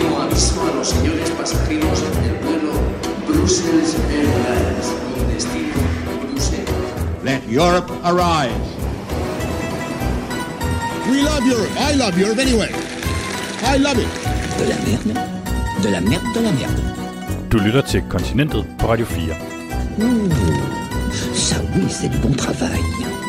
último aviso a los señores pasajeros del vuelo Brussels Airlines con destino Bruselas. Let Europe arise. We love Europe. I love Europe anyway. I love it. De la merde. De la merde, de la merde. Du lytter til Kontinentet på Radio 4. Ça oui, c'est du bon travail.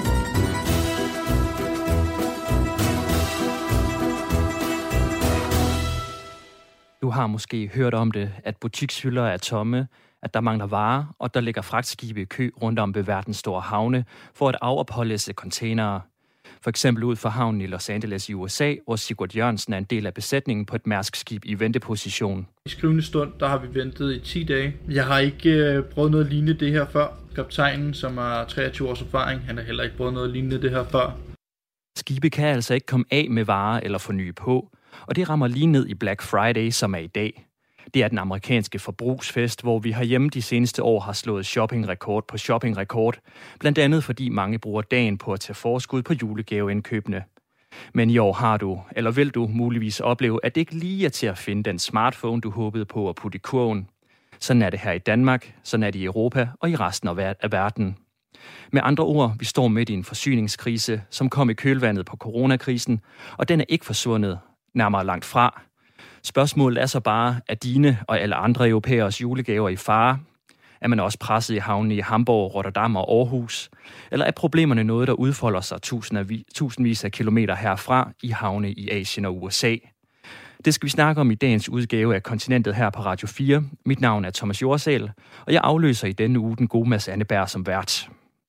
Du har måske hørt om det, at butikshylder er tomme, at der mangler varer, og der ligger fragtskibe i kø rundt om ved verdens store havne for at afopholde containere. For eksempel ud for havnen i Los Angeles i USA, hvor Sigurd Jørgensen er en del af besætningen på et Mærsk-skib i venteposition. I skrivende stund, der har vi ventet i 10 dage. Jeg har ikke prøvet noget lignende det her før. Kaptajnen, som har 23 års erfaring, han har heller ikke prøvet noget lignende det her før. Skibe kan altså ikke komme af med varer eller forny på, og det rammer lige ned i Black Friday, som er i dag. Det er den amerikanske forbrugsfest, hvor vi herhjemme de seneste år har slået shoppingrekord på shoppingrekord, blandt andet fordi mange bruger dagen på at tage forskud på julegaveindkøbene. Men i år har du, eller vil du muligvis opleve, at det ikke lige er til at finde den smartphone, du håbede på at putte i kurven. Sådan er det her i Danmark, sådan er det i Europa og i resten af verden. Med andre ord, vi står midt i en forsyningskrise, som kom i kølvandet på coronakrisen, og den er ikke forsvundet, nærmere langt fra. Spørgsmålet er så bare, er dine og alle andre europæers julegaver i fare? Er man også presset i havnene i Hamburg, Rotterdam og Aarhus? Eller er problemerne noget, der udfolder sig tusindvis af kilometer herfra i havne i Asien og USA? Det skal vi snakke om i dagens udgave af Kontinentet her på Radio 4. Mit navn er Thomas Jorsal, og jeg afløser i denne uge den gode Mads Anneberg som vært.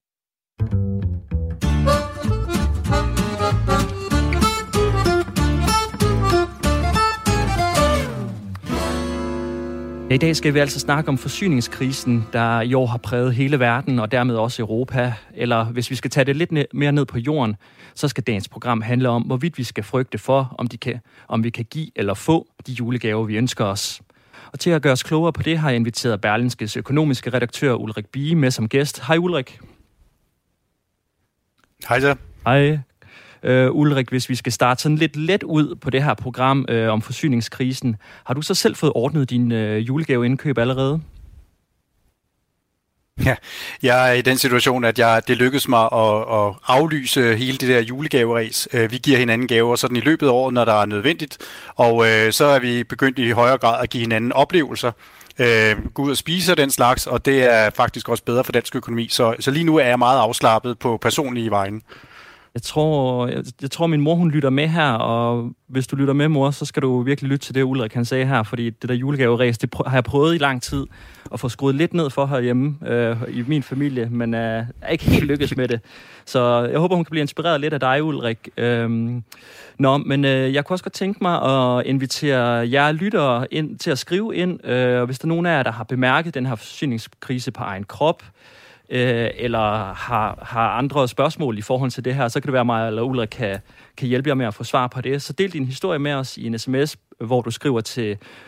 I dag skal vi altså snakke om forsyningskrisen, der i år har præget hele verden og dermed også Europa. Eller hvis vi skal tage det lidt mere ned på jorden, så skal dagens program handle om, hvorvidt vi skal frygte for, om vi kan give eller få de julegaver, vi ønsker os. Og til at gøre os klogere på det, har jeg inviteret Berlingskes økonomiske redaktør Ulrik Bie med som gæst. Hej Ulrik. Hej så. Hej. Ulrik, hvis vi skal starte sådan lidt let ud på det her program om forsyningskrisen, har du så selv fået ordnet din julegaveindkøb allerede? Ja, jeg er i den situation, at det lykkedes mig at aflyse hele det der julegaveræs. Vi giver hinanden gaver sådan i løbet af året, når der er nødvendigt, og så er vi begyndt i højere grad at give hinanden oplevelser. Gå ud og spise og den slags, og det er faktisk også bedre for dansk økonomi. Så lige nu er jeg meget afslappet på personlige vegne. Jeg tror, min mor hun lytter med her, og hvis du lytter med, mor, så skal du virkelig lytte til det, Ulrik han sagde her, fordi det der julegaveræs, det har jeg prøvet i lang tid at få skruet lidt ned for herhjemme i min familie, men er ikke helt lykkes med det. Så jeg håber, hun kan blive inspireret lidt af dig, Ulrik. Men jeg kunne også godt tænke mig at invitere jer lyttere ind til at skrive ind, hvis der er nogen af jer, der har bemærket den her forsyningskrise på egen krop, eller har andre spørgsmål i forhold til det her, så kan det være mig eller Ulrik kan hjælpe jer med at få svar på det. Så del din historie med os i en sms, hvor du skriver til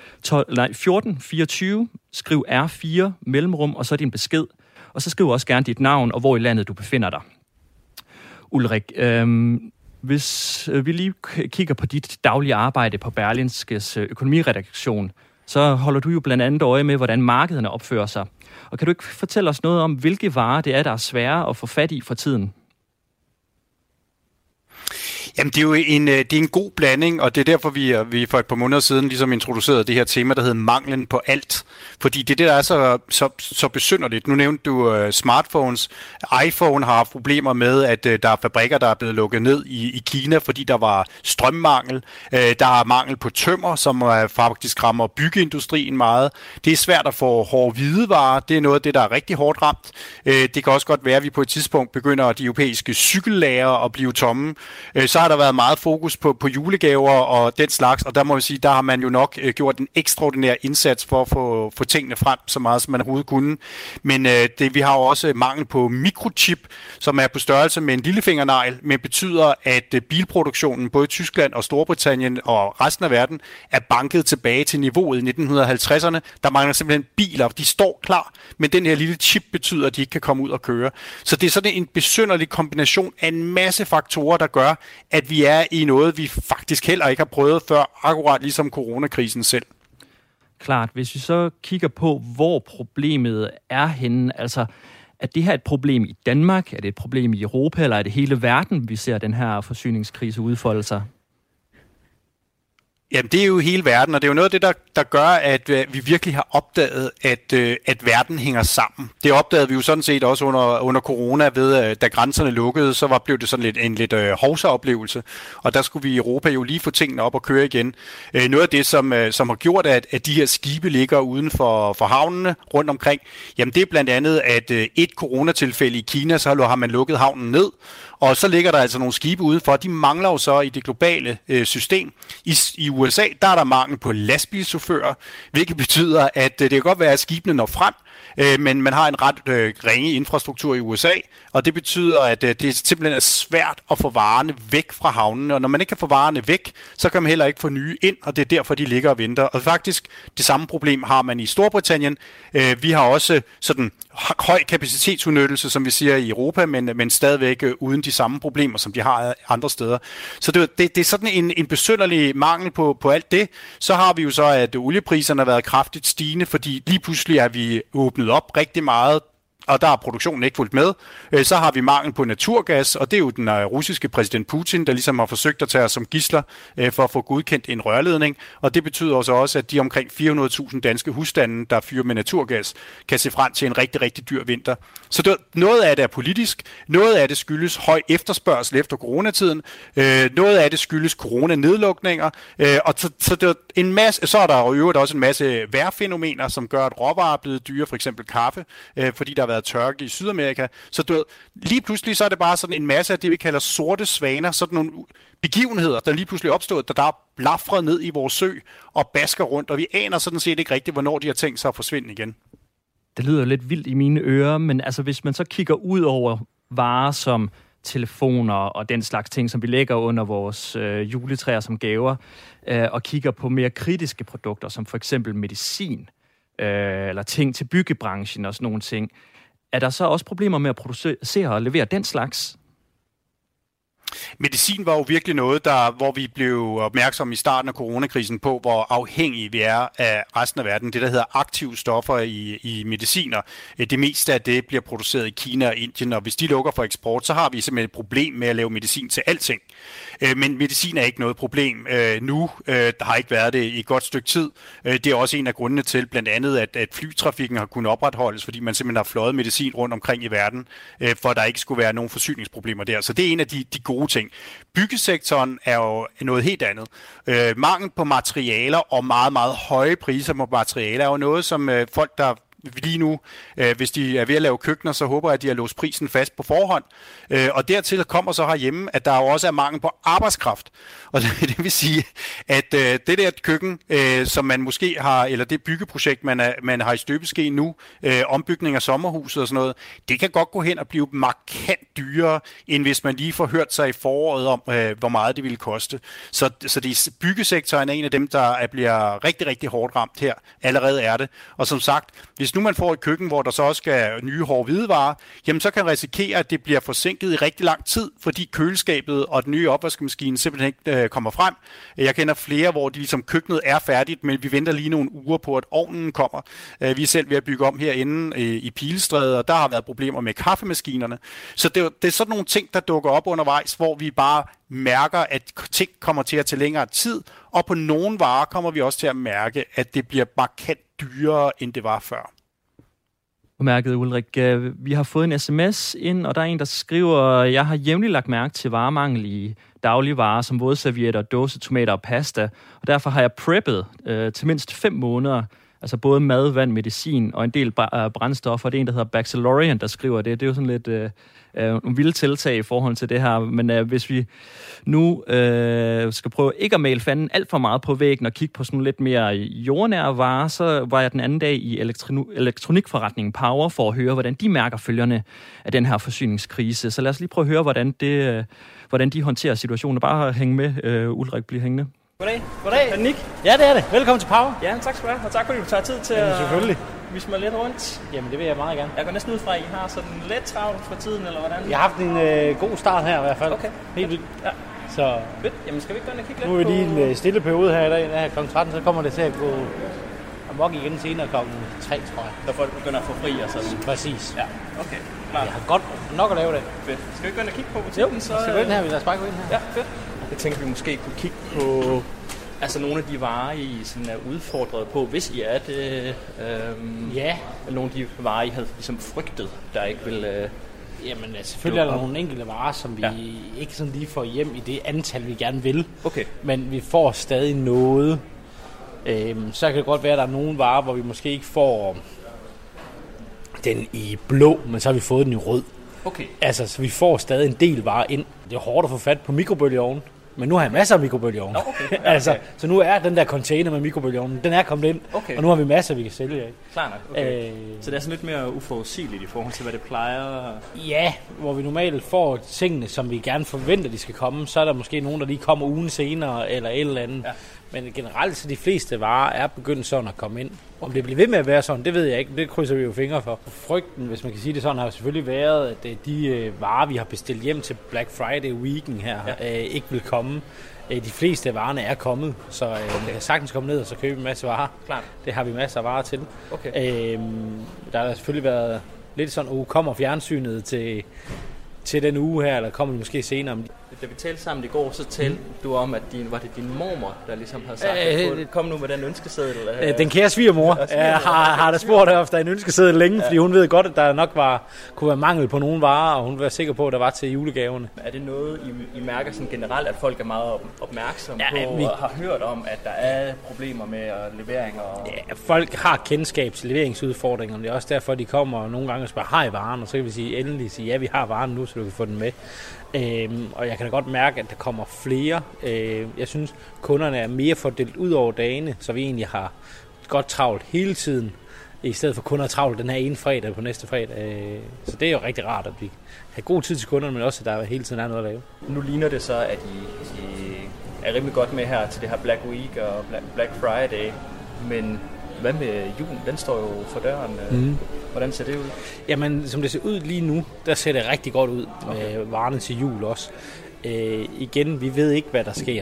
1424, skriv R4 mellemrum, og så din besked. Og så skriv også gerne dit navn og hvor i landet du befinder dig. Ulrik, hvis vi lige kigger på dit daglige arbejde på Berlingskes økonomiredaktion, så holder du jo blandt andet øje med, hvordan markederne opfører sig. Og kan du ikke fortælle os noget om, hvilke varer det er, der er svære at få fat i for tiden? Jamen, det er jo en god blanding, og det er derfor, vi for et par måneder siden ligesom introducerede det her tema, der hedder manglen på alt. Fordi det der er så besynderligt. Nu nævnte du smartphones. iPhone har haft problemer med, at der er fabrikker, der er blevet lukket ned i Kina, fordi der var strømmangel. Der er mangel på tømmer, som faktisk rammer byggeindustrien meget. Det er svært at få hårde hvidevarer. Det er noget af det, der er rigtig hårdt ramt. Det kan også godt være, at vi på et tidspunkt begynder de europæiske cykellager at blive tomme. Så har der været meget fokus på julegaver og den slags, og der må jeg sige, der har man jo nok gjort en ekstraordinær indsats for at få tingene frem så meget, som man overhovedet kunne. Men vi har jo også mangel på mikrochip, som er på størrelse med en lillefingernegl, men betyder, at bilproduktionen både i Tyskland og Storbritannien og resten af verden er banket tilbage til niveauet i 1950'erne. Der mangler simpelthen biler, de står klar, men den her lille chip betyder, at de ikke kan komme ud og køre. Så det er sådan en besynderlig kombination af en masse faktorer, der gør, gør, at vi er i noget, vi faktisk heller ikke har prøvet før, akkurat ligesom coronakrisen selv. Klart. Hvis vi så kigger på, hvor problemet er henne, altså er det her et problem i Danmark, er det et problem i Europa, eller er det hele verden, vi ser den her forsyningskrise udfolde sig? Jamen, det er jo hele verden, og det er jo noget af det, der gør, at vi virkelig har opdaget, at verden hænger sammen. Det opdagede vi jo sådan set også under corona, ved da grænserne lukkede, så blev det sådan en lidt hovsa-oplevelse, og der skulle vi i Europa jo lige få tingene op og køre igen. Noget af det, som har gjort, at de her skibe ligger uden for havnene rundt omkring, jamen det er blandt andet, at et coronatilfælde i Kina, så har man lukket havnen ned, og så ligger der altså nogle skibe udenfor. De mangler jo så i det globale system. I USA, der er der mangel på lastbilschauffører, hvilket betyder, at det kan godt være, at skibene når frem, men man har en ret ringe infrastruktur i USA, og det betyder, at det simpelthen er svært at få varerne væk fra havnen, og når man ikke kan få varerne væk, så kan man heller ikke få nye ind, og det er derfor, de ligger og venter. Og faktisk, det samme problem har man i Storbritannien. Vi har også sådan høj kapacitetsudnyttelse, som vi siger i Europa, men stadigvæk uden de samme problemer, som de har andre steder. Så det er sådan en besynderlig mangel på alt det. Så har vi jo så, at oliepriserne har været kraftigt stigende, fordi lige pludselig er vi åbnet op rigtig meget, og der er produktionen ikke fulgt med. Så har vi mangel på naturgas, og det er jo den russiske præsident Putin, der ligesom har forsøgt at tage os som gidsler for at få godkendt en rørledning. Og det betyder også, at de omkring 400.000 danske husstande, der fyrer med naturgas, kan se frem til en rigtig, rigtig dyr vinter. Så noget af det er politisk, noget af det skyldes høj efterspørgsel efter coronatiden, noget af det skyldes coronanedlukninger, og så er der jo øvrigt også en masse vejrfænomener, som gør, at råvarer er blevet dyre, for eksempel kaffe, fordi der har været tørke i Sydamerika. Så lige pludselig så er det bare sådan en masse af det, vi kalder sorte svaner, sådan nogle begivenheder, der lige pludselig er opstået, der er blafret ned i vores sø og basker rundt, og vi aner sådan set ikke rigtigt, hvornår de har tænkt sig at forsvinde igen. Det lyder lidt vildt i mine ører, men altså hvis man så kigger ud over varer som telefoner og den slags ting, som vi lægger under vores juletræer som gaver, og kigger på mere kritiske produkter, som for eksempel medicin, eller ting til byggebranchen og sådan nogle ting. Er der så også problemer med at producere og levere den slags? Medicin var jo virkelig noget, hvor vi blev opmærksomme i starten af coronakrisen på, hvor afhængige vi er af resten af verden. Det, der hedder aktive stoffer i mediciner, det meste af det bliver produceret i Kina og Indien, og hvis de lukker for eksport, så har vi simpelthen et problem med at lave medicin til alting. Men medicin er ikke noget problem nu. Der har ikke været det i et godt stykke tid. Det er også en af grundene til, blandt andet, at flytrafikken har kunnet opretholdes, fordi man simpelthen har fløjet medicin rundt omkring i verden, for at der ikke skulle være nogen forsyningsproblemer der. Så det er en af de gode ting. Byggesektoren er jo noget helt andet. Mangel på materialer og meget, meget høje priser på materialer er jo noget, som folk, der lige nu, hvis de er ved at lave køkkener, så håber jeg, at de har låst prisen fast på forhånd. Og dertil kommer så herhjemme, at der jo også er mangel på arbejdskraft. Og det vil sige, at det der køkken, som man måske har, eller det byggeprojekt, man har i støbeske nu, ombygning af sommerhuset og sådan noget, det kan godt gå hen og blive markant dyrere, end hvis man lige får hørt sig i foråret om, hvor meget det ville koste. Så byggesektoren er en af dem, der bliver rigtig, rigtig hårdt ramt her. Allerede er det. Og som sagt, hvis nu man får et køkken, hvor der så også skal nye hårde hvidevarer, jamen så kan man risikere, at det bliver forsinket i rigtig lang tid, fordi køleskabet og den nye opvaskemaskine simpelthen ikke kommer frem. Jeg kender flere, hvor de ligesom køkkenet er færdigt, men vi venter lige nogle uger på, at ovnen kommer. Vi er selv ved at bygge om herinde i Pilestræde, og der har været problemer med kaffemaskinerne. Så det er sådan nogle ting, der dukker op undervejs, hvor vi bare mærker, at ting kommer til at tage længere tid, og på nogle varer kommer vi også til at mærke, at det bliver markant dyrere, end det var før. Mærket, Ulrik. Vi har fået en sms ind, og der er en, der skriver, jeg har jævnligt lagt mærke til varemangel i dagligvarer, som vådservietter, dåsetomater og pasta, og derfor har jeg preppet til mindst 5 måneder, altså både mad, vand, medicin og en del brændstoffer. Det er en, der hedder Baxilorian, der skriver det. Det er jo sådan lidt nogle vilde tiltag i forhold til det her, men hvis vi nu skal prøve ikke at male fanden alt for meget på væggen og kigge på sådan lidt mere jordnære varer, så var jeg den anden dag i elektronikforretningen Power for at høre, hvordan de mærker følgerne af den her forsyningskrise. Så lad os lige prøve at høre, hvordan de håndterer situationen. Bare hænge med, Ulrik, bliv hængende. Goddag. Er det Nick? Ja, det er det. Velkommen til Power. Ja, tak skal du have, og tak fordi du tager tid til selvfølgelig. vise mig lidt rundt? Jamen, det vil jeg meget gerne. Jeg går næsten ud fra, at I har sådan lidt travlt for tiden, eller hvordan? Jeg har haft en god start her i hvert fald. Okay. Helt vildt. Ja. Så fedt. Jamen, skal vi ikke gå ind og kigge lidt nu er på... vi lige en stille periode her i dag, der kl. 13, så kommer det til at gå amok igen senere kl. 3, tror jeg. Når folk begynder at få fri og sådan? Præcis. Ja, okay. Klar. Jeg har godt nok at lave det. Fedt. Skal vi ikke gå ind og kigge på butikken? Jo, så skal vi gå ind her. Vi lader os bare gå ind her. Ja, fedt. Jeg tænkte, vi måske kunne kigge på... Altså nogle af de varer, I sådan er udfordret på, hvis I er det. Ja. Nogle af de varer, I havde ligesom frygtet, der ikke vil... Jamen, selvfølgelig er der nogle enkelte varer, som vi ikke sådan lige får hjem i det antal, vi gerne vil. Okay. Men vi får stadig noget. Så kan det godt være, at der er nogle varer, hvor vi måske ikke får den i blå, men så har vi fået den i rød. Okay. Altså, så vi får stadig en del varer ind. Det er hårdt at få fat på mikrobølgeovnen. Men nu har jeg masser af mikrobølgeovne. Okay. Altså, så nu er den der container med mikrobølgeovnen, den er kommet ind. Okay. Og nu har vi masser, vi kan sælge af. Klar nok. Okay. Så det er sådan lidt mere uforudsigeligt i forhold til, hvad det plejer? Ja, hvor vi normalt får tingene, som vi gerne forventer, de skal komme. Så er der måske nogen, der lige kommer ugen senere, eller et eller andet. Ja. Men generelt så de fleste varer er begyndt sådan at komme ind. Om det bliver ved med at være sådan, det ved jeg ikke. Det krydser vi jo fingre for. Frygten, hvis man kan sige det sådan, har jo selvfølgelig været, at de varer, vi har bestilt hjem til Black Friday weekend her, ikke vil komme. De fleste af varerne er kommet, så man kan sagtens komme ned og så købe en masse varer. Klart. Det har vi masser af varer til. Okay. Der har selvfølgelig været lidt sådan, kommer fjernsynet til den uge her, eller kommer det måske senere. Da vi talte sammen i går, så talte du om, at var det din mormor, der ligesom havde sagt, kom nu med den ønskeseddel? Den kære svigermor har da spurgt efter en ønskeseddel længe, fordi hun ved godt, at der nok kunne være mangel på nogle varer, og hun var sikker på, at der var til julegaverne. Er det noget, I mærker sådan generelt, at folk er meget opmærksomme på, og har hørt om, at der er problemer med leveringer? Ja, folk har kendskab til leveringsudfordringer, det er også derfor, de kommer nogle gange og spørger, har I varen? Og så kan vi endelig sige, ja, vi har varen nu, så du kan få den med. Og jeg kan da godt mærke, at der kommer flere. Jeg synes, kunderne er mere fordelt ud over dagene, så vi egentlig har godt travlt hele tiden, i stedet for kun at travlt den her ene fredag på næste fredag. Så det er jo rigtig rart, at vi har god tid til kunderne, men også, at der hele tiden er noget at lave. Nu ligner det så, at I er rimelig godt med her til det her Black Week og Black Friday, men hvad med julen? Den står jo for døren. Hvordan ser det ud? Jamen, som det ser ud lige nu, der ser det rigtig godt ud med varerne til jul også. Igen, vi ved ikke, hvad der sker.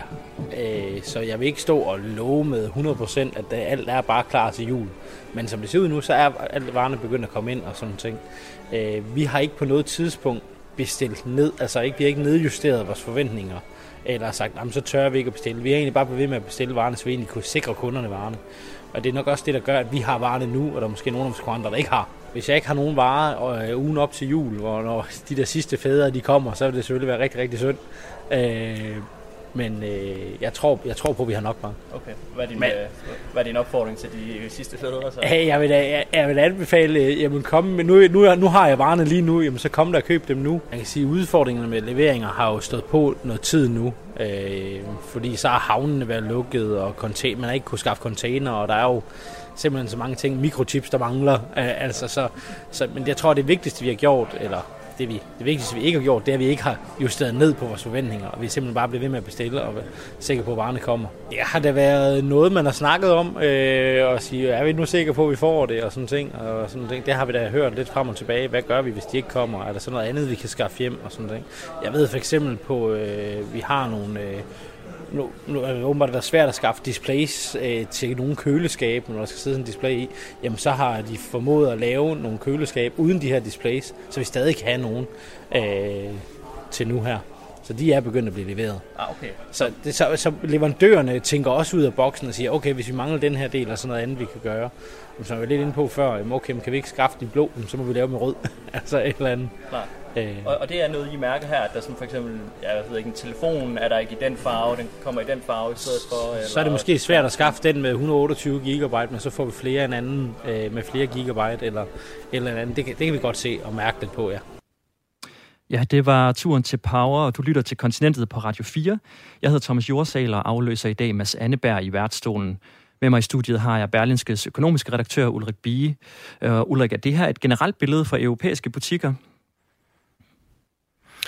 Så jeg vil ikke stå og love med 100%, at alt er bare klar til jul. Men som det ser ud nu, så er alle varerne begyndt at komme ind og sådan ting. Vi har ikke på noget tidspunkt bestilt ned, altså vi har ikke nedjusteret vores forventninger. Eller sagt, så tør vi ikke at bestille. Vi har egentlig bare blevet ved med at bestille varerne, så vi egentlig kunne sikre kunderne varerne. Og det er nok også det, der gør, at vi har varerne nu, og der er måske nogle af vores kunder, der ikke har. Hvis jeg ikke har nogen varer ugen op til jul, hvor når de der sidste fædre de kommer, så vil det selvfølgelig være rigtig, rigtig synd. Men jeg tror på, at vi har nok varer. Okay. Hvad er din opfordring til de sidste fædre? Så? Jeg vil anbefale, jamen nu har jeg varerne lige nu, jamen så kom der og køb dem nu. Jeg kan sige, at udfordringerne med leveringer har jo stået på noget tid nu. Fordi så har havnene været lukket, og man har ikke kunne skaffe container, og der er jo simpelthen så mange ting, mikrochips, der mangler. Men jeg tror, det vigtigste, vi har gjort, eller det vigtigste, vi ikke har gjort, det er, at vi ikke har justeret ned på vores forventninger, og vi simpelthen bare bliver ved med at bestille og være sikre på, at varerne kommer. Det har da været noget, man har snakket om, og sige, er vi nu sikre på, at vi får det, og sådan ting. Det har vi da hørt lidt frem og tilbage. Hvad gør vi, hvis de ikke kommer? Er der sådan noget andet, vi kan skaffe hjem? Og sådan ting. Jeg ved for eksempel på, vi har nogle... Nu er det åbenbart været svært at skaffe displays til nogle køleskabe, når der skal sidde sådan en display i. Jamen så har de formået at lave nogle køleskab uden de her displays, så vi stadig kan have nogen til nu her. Så de er begyndt at blive leveret. Okay. Så leverandørerne tænker også ud af boksen og siger, okay, hvis vi mangler den her del, og sådan noget andet, vi kan gøre. Som jeg var lidt inde på før, okay, kan vi ikke skaffe den blå, så må vi lave med rød. Altså et eller andet. Klar. Og det er noget, I mærker her, at der som for eksempel, en telefon, er der ikke i den farve, den kommer i den farve i stedet for? Eller? Så er det måske svært at skaffe den med 128 GB, men så får vi flere en anden med flere gigabyte eller andet. Det kan vi godt se og mærke lidt på, ja. Ja, det var turen til Power, og du lytter til Kontinentet på Radio 4. Jeg hedder Thomas Jorsaler og afløser i dag Mads Anneberg i værtsstolen. Med mig i studiet har jeg Berlingskes økonomiske redaktør Ulrik Bie. Ulrik, er det her et generelt billede for europæiske butikker?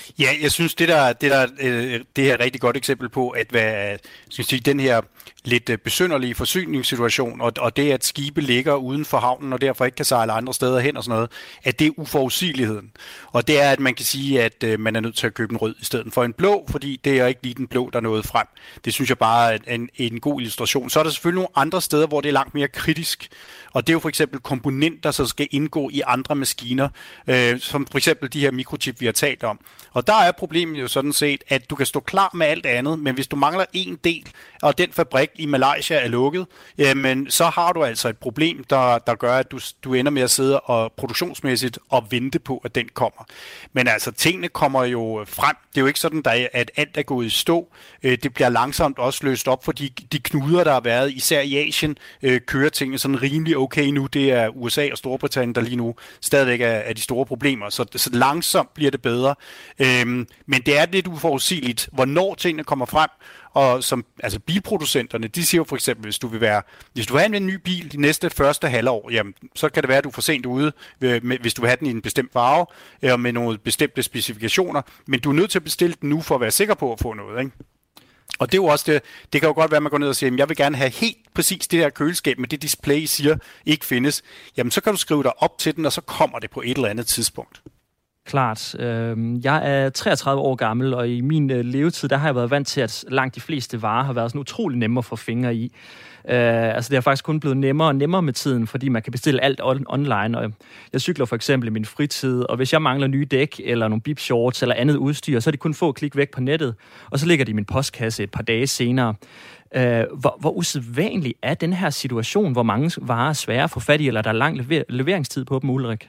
Ja, jeg synes, det er et rigtig godt eksempel på, at den her lidt besynderlige forsyningssituation, og det, at skibe ligger uden for havnen, og derfor ikke kan sejle andre steder hen og sådan noget, at det er uforudsigeligheden. Og det er, at man kan sige, at man er nødt til at købe en rød i stedet for en blå, fordi det er ikke lige den blå, der nåede frem. Det synes jeg bare er en god illustration. Så er der selvfølgelig nogle andre steder, hvor det er langt mere kritisk. Og det er jo for eksempel komponenter, som skal indgå i andre maskiner, som for eksempel de her mikrochip, vi har talt om. Og der er problemet jo sådan set, at du kan stå klar med alt andet, men hvis du mangler en del, og den fabrik i Malaysia er lukket, men så har du altså et problem, der gør, at du ender med at sidde og produktionsmæssigt og vente på, at den kommer. Men altså, tingene kommer jo frem. Det er jo ikke sådan, at alt er gået i stå. Det bliver langsomt også løst op, fordi de knuder, der har været, især i Asien, kører tingene sådan rimelig okay nu. Det er USA og Storbritannien, der lige nu stadigvæk er de store problemer. Så langsomt bliver det bedre. Men det er lidt uforudsigeligt, hvornår tingene kommer frem. Og som altså bilproducenterne, de siger jo for eksempel, hvis du vil have en ny bil de næste første halvår, jamen, så kan det være, at du er for sent ude, hvis du vil have den i en bestemt farve, og med nogle bestemte specifikationer, men du er nødt til at bestille den nu, for at være sikker på at få noget, ikke? Og det er jo også det kan jo godt være, at man går ned og siger, at jeg vil gerne have helt præcis det her køleskab, med det display, I siger, ikke findes. Jamen, så kan du skrive dig op til den, og så kommer det på et eller andet tidspunkt. Klart. Jeg er 33 år gammel, og i min levetid, der har jeg været vant til, at langt de fleste varer har været sådan utrolig nemmere at få fingre i. Altså det er faktisk kun blevet nemmere og nemmere med tiden, fordi man kan bestille alt online. Og jeg cykler for eksempel i min fritid, og hvis jeg mangler nye dæk, eller nogle bip shorts, eller andet udstyr, så er det kun få klik væk på nettet, og så ligger det i min postkasse et par dage senere. Hvor usædvanlig er den her situation, hvor mange varer er svære at få fat i, eller der er lang leveringstid på dem, Ulrik?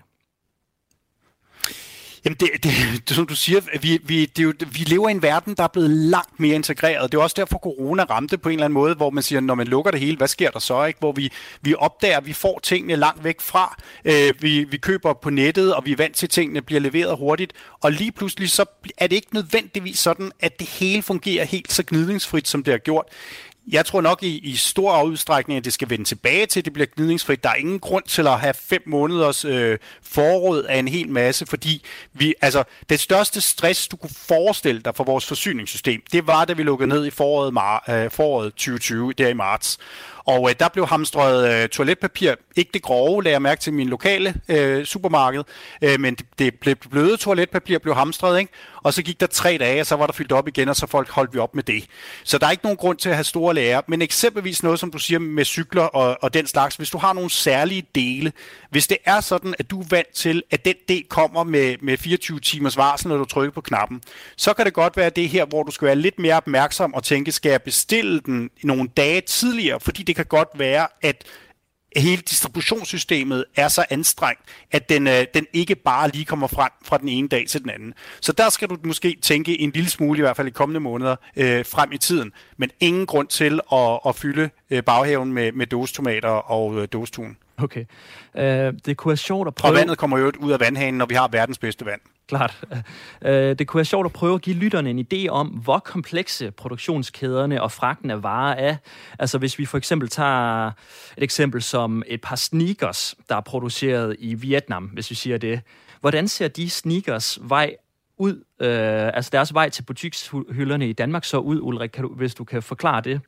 Jamen, det som du siger, vi lever i en verden, der er blevet langt mere integreret. Det er også derfor, corona ramte på en eller anden måde, hvor man siger, når man lukker det hele, hvad sker der så? Ikke? Hvor vi opdager, at vi får tingene langt væk fra. Vi køber på nettet, og vi er vant til, at tingene bliver leveret hurtigt. Og lige pludselig, så er det ikke nødvendigvis sådan, at det hele fungerer helt så gnidningsfrit, som det har gjort. Jeg tror nok i stor udstrækning, at det skal vende tilbage til, at det bliver gnidningsfrit. Der er ingen grund til at have 5 måneders forråd af en hel masse, fordi det største stress, du kunne forestille dig for vores forsyningssystem, det var, da vi lukkede ned i foråret 2020, der i marts. Og der blev hamstret toiletpapir, ikke det grove, lagde jeg mærke til min lokale supermarked, men det bløde toiletpapir blev hamstret, ikke? Og så gik der 3 dage, og så var der fyldt op igen, og så holdt vi op med det. Så der er ikke nogen grund til at have store lager, men eksempelvis noget, som du siger med cykler og den slags, hvis du har nogle særlige dele, hvis det er sådan, at du er vant til, at den del kommer med 24 timers varsel, når du trykker på knappen, så kan det godt være det her, hvor du skal være lidt mere opmærksom og tænke, skal jeg bestille den nogle dage tidligere, fordi det kan godt være, at hele distributionssystemet er så anstrengt, at den ikke bare lige kommer frem fra den ene dag til den anden. Så der skal du måske tænke en lille smule, i hvert fald i kommende måneder, frem i tiden. Men ingen grund til at fylde baghaven med dåsetomater og dåstun. Okay. Det kunne være sjovt at prøve... Og vandet kommer jo ud af vandhanen, når vi har verdens bedste vand. Klart. Det kunne være sjovt at prøve at give lytterne en idé om, hvor komplekse produktionskæderne og fragten af varer er. Altså hvis vi for eksempel tager et eksempel som et par sneakers, der er produceret i Vietnam, hvis vi siger det. Hvordan ser de sneakers vej ud, altså deres vej til butikshylderne i Danmark så ud, Ulrik, hvis du kan forklare det?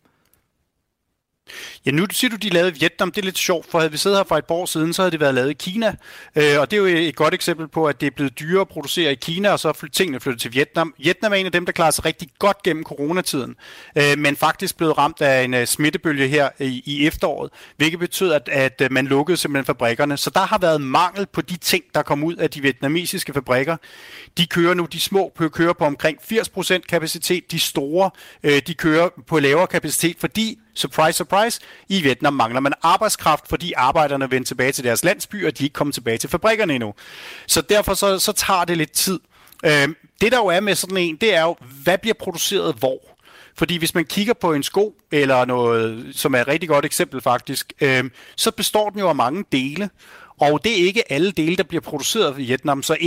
Ja, nu siger du, de lavede i Vietnam. Det er lidt sjovt, for havde vi siddet her for et par år siden, så havde det været lavet i Kina. Og det er jo et godt eksempel på, at det er blevet dyrere at producere i Kina, og så er tingene flyttet til Vietnam. Vietnam er en af dem, der klarer sig rigtig godt gennem coronatiden, men faktisk blevet ramt af en smittebølge her i efteråret, hvilket betød, at man lukkede simpelthen fabrikkerne. Så der har været mangel på de ting, der kom ud af de vietnamesiske fabrikker. De kører nu, de små kører på omkring 80% kapacitet. De store, de kører på lavere kapacitet, fordi surprise, surprise, i Vietnam mangler man arbejdskraft, fordi arbejderne vender tilbage til deres landsby, og de ikke kommer tilbage til fabrikkerne endnu. Så derfor så tager det lidt tid. Det der jo er med sådan en, det er jo, hvad bliver produceret hvor? Fordi hvis man kigger på en sko, eller noget, som er et rigtig godt eksempel faktisk, så består den jo af mange dele. Og det er ikke alle dele, der bliver produceret i Vietnam. Så inden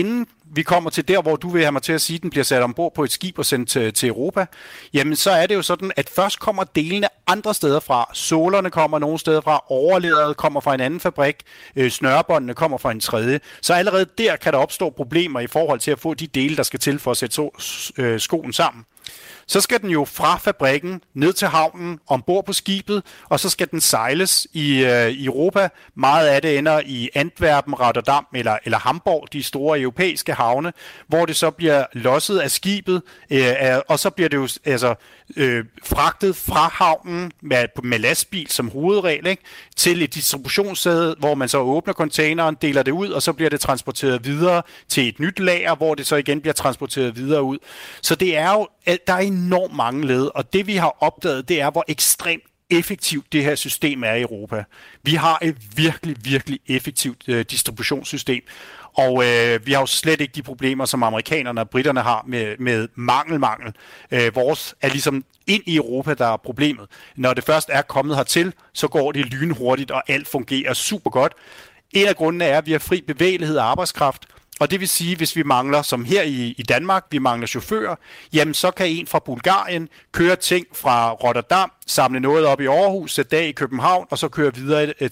vi kommer til der, hvor du vil have mig til at sige, at den bliver sat ombord på et skib og sendt til Europa, jamen så er det jo sådan, at først kommer delene andre steder fra. Sålerne kommer nogle steder fra, overlederet kommer fra en anden fabrik, snørebåndene kommer fra en tredje. Så allerede der kan der opstå problemer i forhold til at få de dele, der skal til for at sætte skoen sammen. Så skal den jo fra fabrikken ned til havnen, ombord på skibet, og så skal den sejles i Europa. Meget af det ender i Antwerpen, Rotterdam eller Hamburg, de store europæiske havne, hvor det så bliver losset af skibet, og så bliver det jo fragtet fra havnen med lastbil som hovedregel, ikke, til et distributionssted, hvor man så åbner containeren, deler det ud, og så bliver det transporteret videre til et nyt lager, hvor det så igen bliver transporteret videre ud. Så det er jo, der er enormt mange led, og det vi har opdaget, det er, hvor ekstremt effektivt det her system er i Europa. Vi har et virkelig, virkelig effektivt distributionssystem, og vi har jo slet ikke de problemer, som amerikanerne og britterne har med mangel. Vores er ligesom ind i Europa, der er problemet. Når det først er kommet hertil, så går det lynhurtigt, og alt fungerer super godt. En af grundene er, at vi har fri bevægelighed af arbejdskraft, og det vil sige, hvis vi mangler, som her i Danmark, vi mangler chauffører, jamen så kan en fra Bulgarien køre ting fra Rotterdam, samle noget op i Aarhus, sætte dag i København, og så køre videre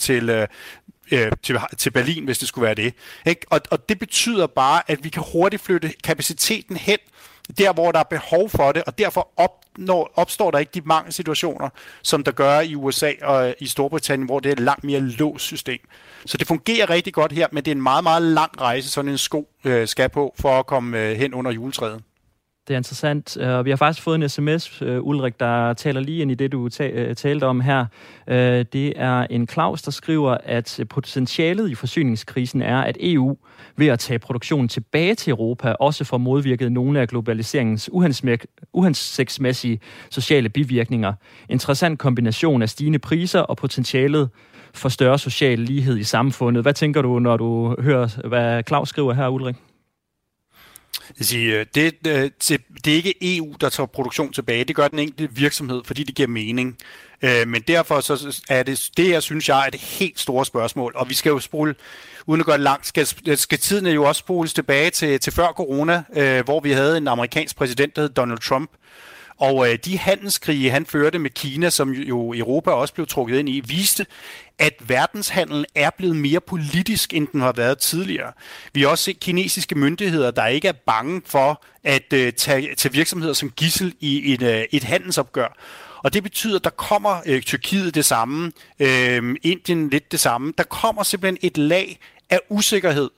til Berlin, hvis det skulle være det. Ikke? Og det betyder bare, at vi kan hurtigt flytte kapaciteten hen, der hvor der er behov for det, og derfor opstår der ikke de mange situationer, som der gør i USA og i Storbritannien, hvor det er et langt mere låst system. Så det fungerer rigtig godt her, men det er en meget, meget lang rejse, sådan en sko skal på, for at komme hen under juletræet. Det er interessant. Vi har faktisk fået en sms, Ulrik, der taler lige ind i det, du talte om her. Det er en Claus, der skriver, at potentialet i forsyningskrisen er, at EU ved at tage produktionen tilbage til Europa også får modvirket nogle af globaliseringens uhensigtsmæssige sociale bivirkninger. Interessant kombination af stigende priser og potentialet for større social lighed i samfundet. Hvad tænker du, når du hører, hvad Claus skriver her, Ulrik? Det er ikke EU, der tager produktion tilbage. Det gør den enkelte virksomhed, fordi det giver mening. Men derfor så er det her, synes jeg, er det helt store spørgsmål. Og vi skal jo spole, uden at gøre det langt, skal tiden jo også spoles tilbage til før corona, hvor vi havde en amerikansk præsident, der hed Donald Trump. Og de handelskrige, han førte med Kina, som jo Europa også blev trukket ind i, viste, at verdenshandlen er blevet mere politisk, end den har været tidligere. Vi har også set kinesiske myndigheder, der ikke er bange for at tage virksomheder som gidsel i et handelsopgør. Og det betyder, at der kommer Tyrkiet det samme, Indien lidt det samme. Der kommer simpelthen et lag af usikkerhed,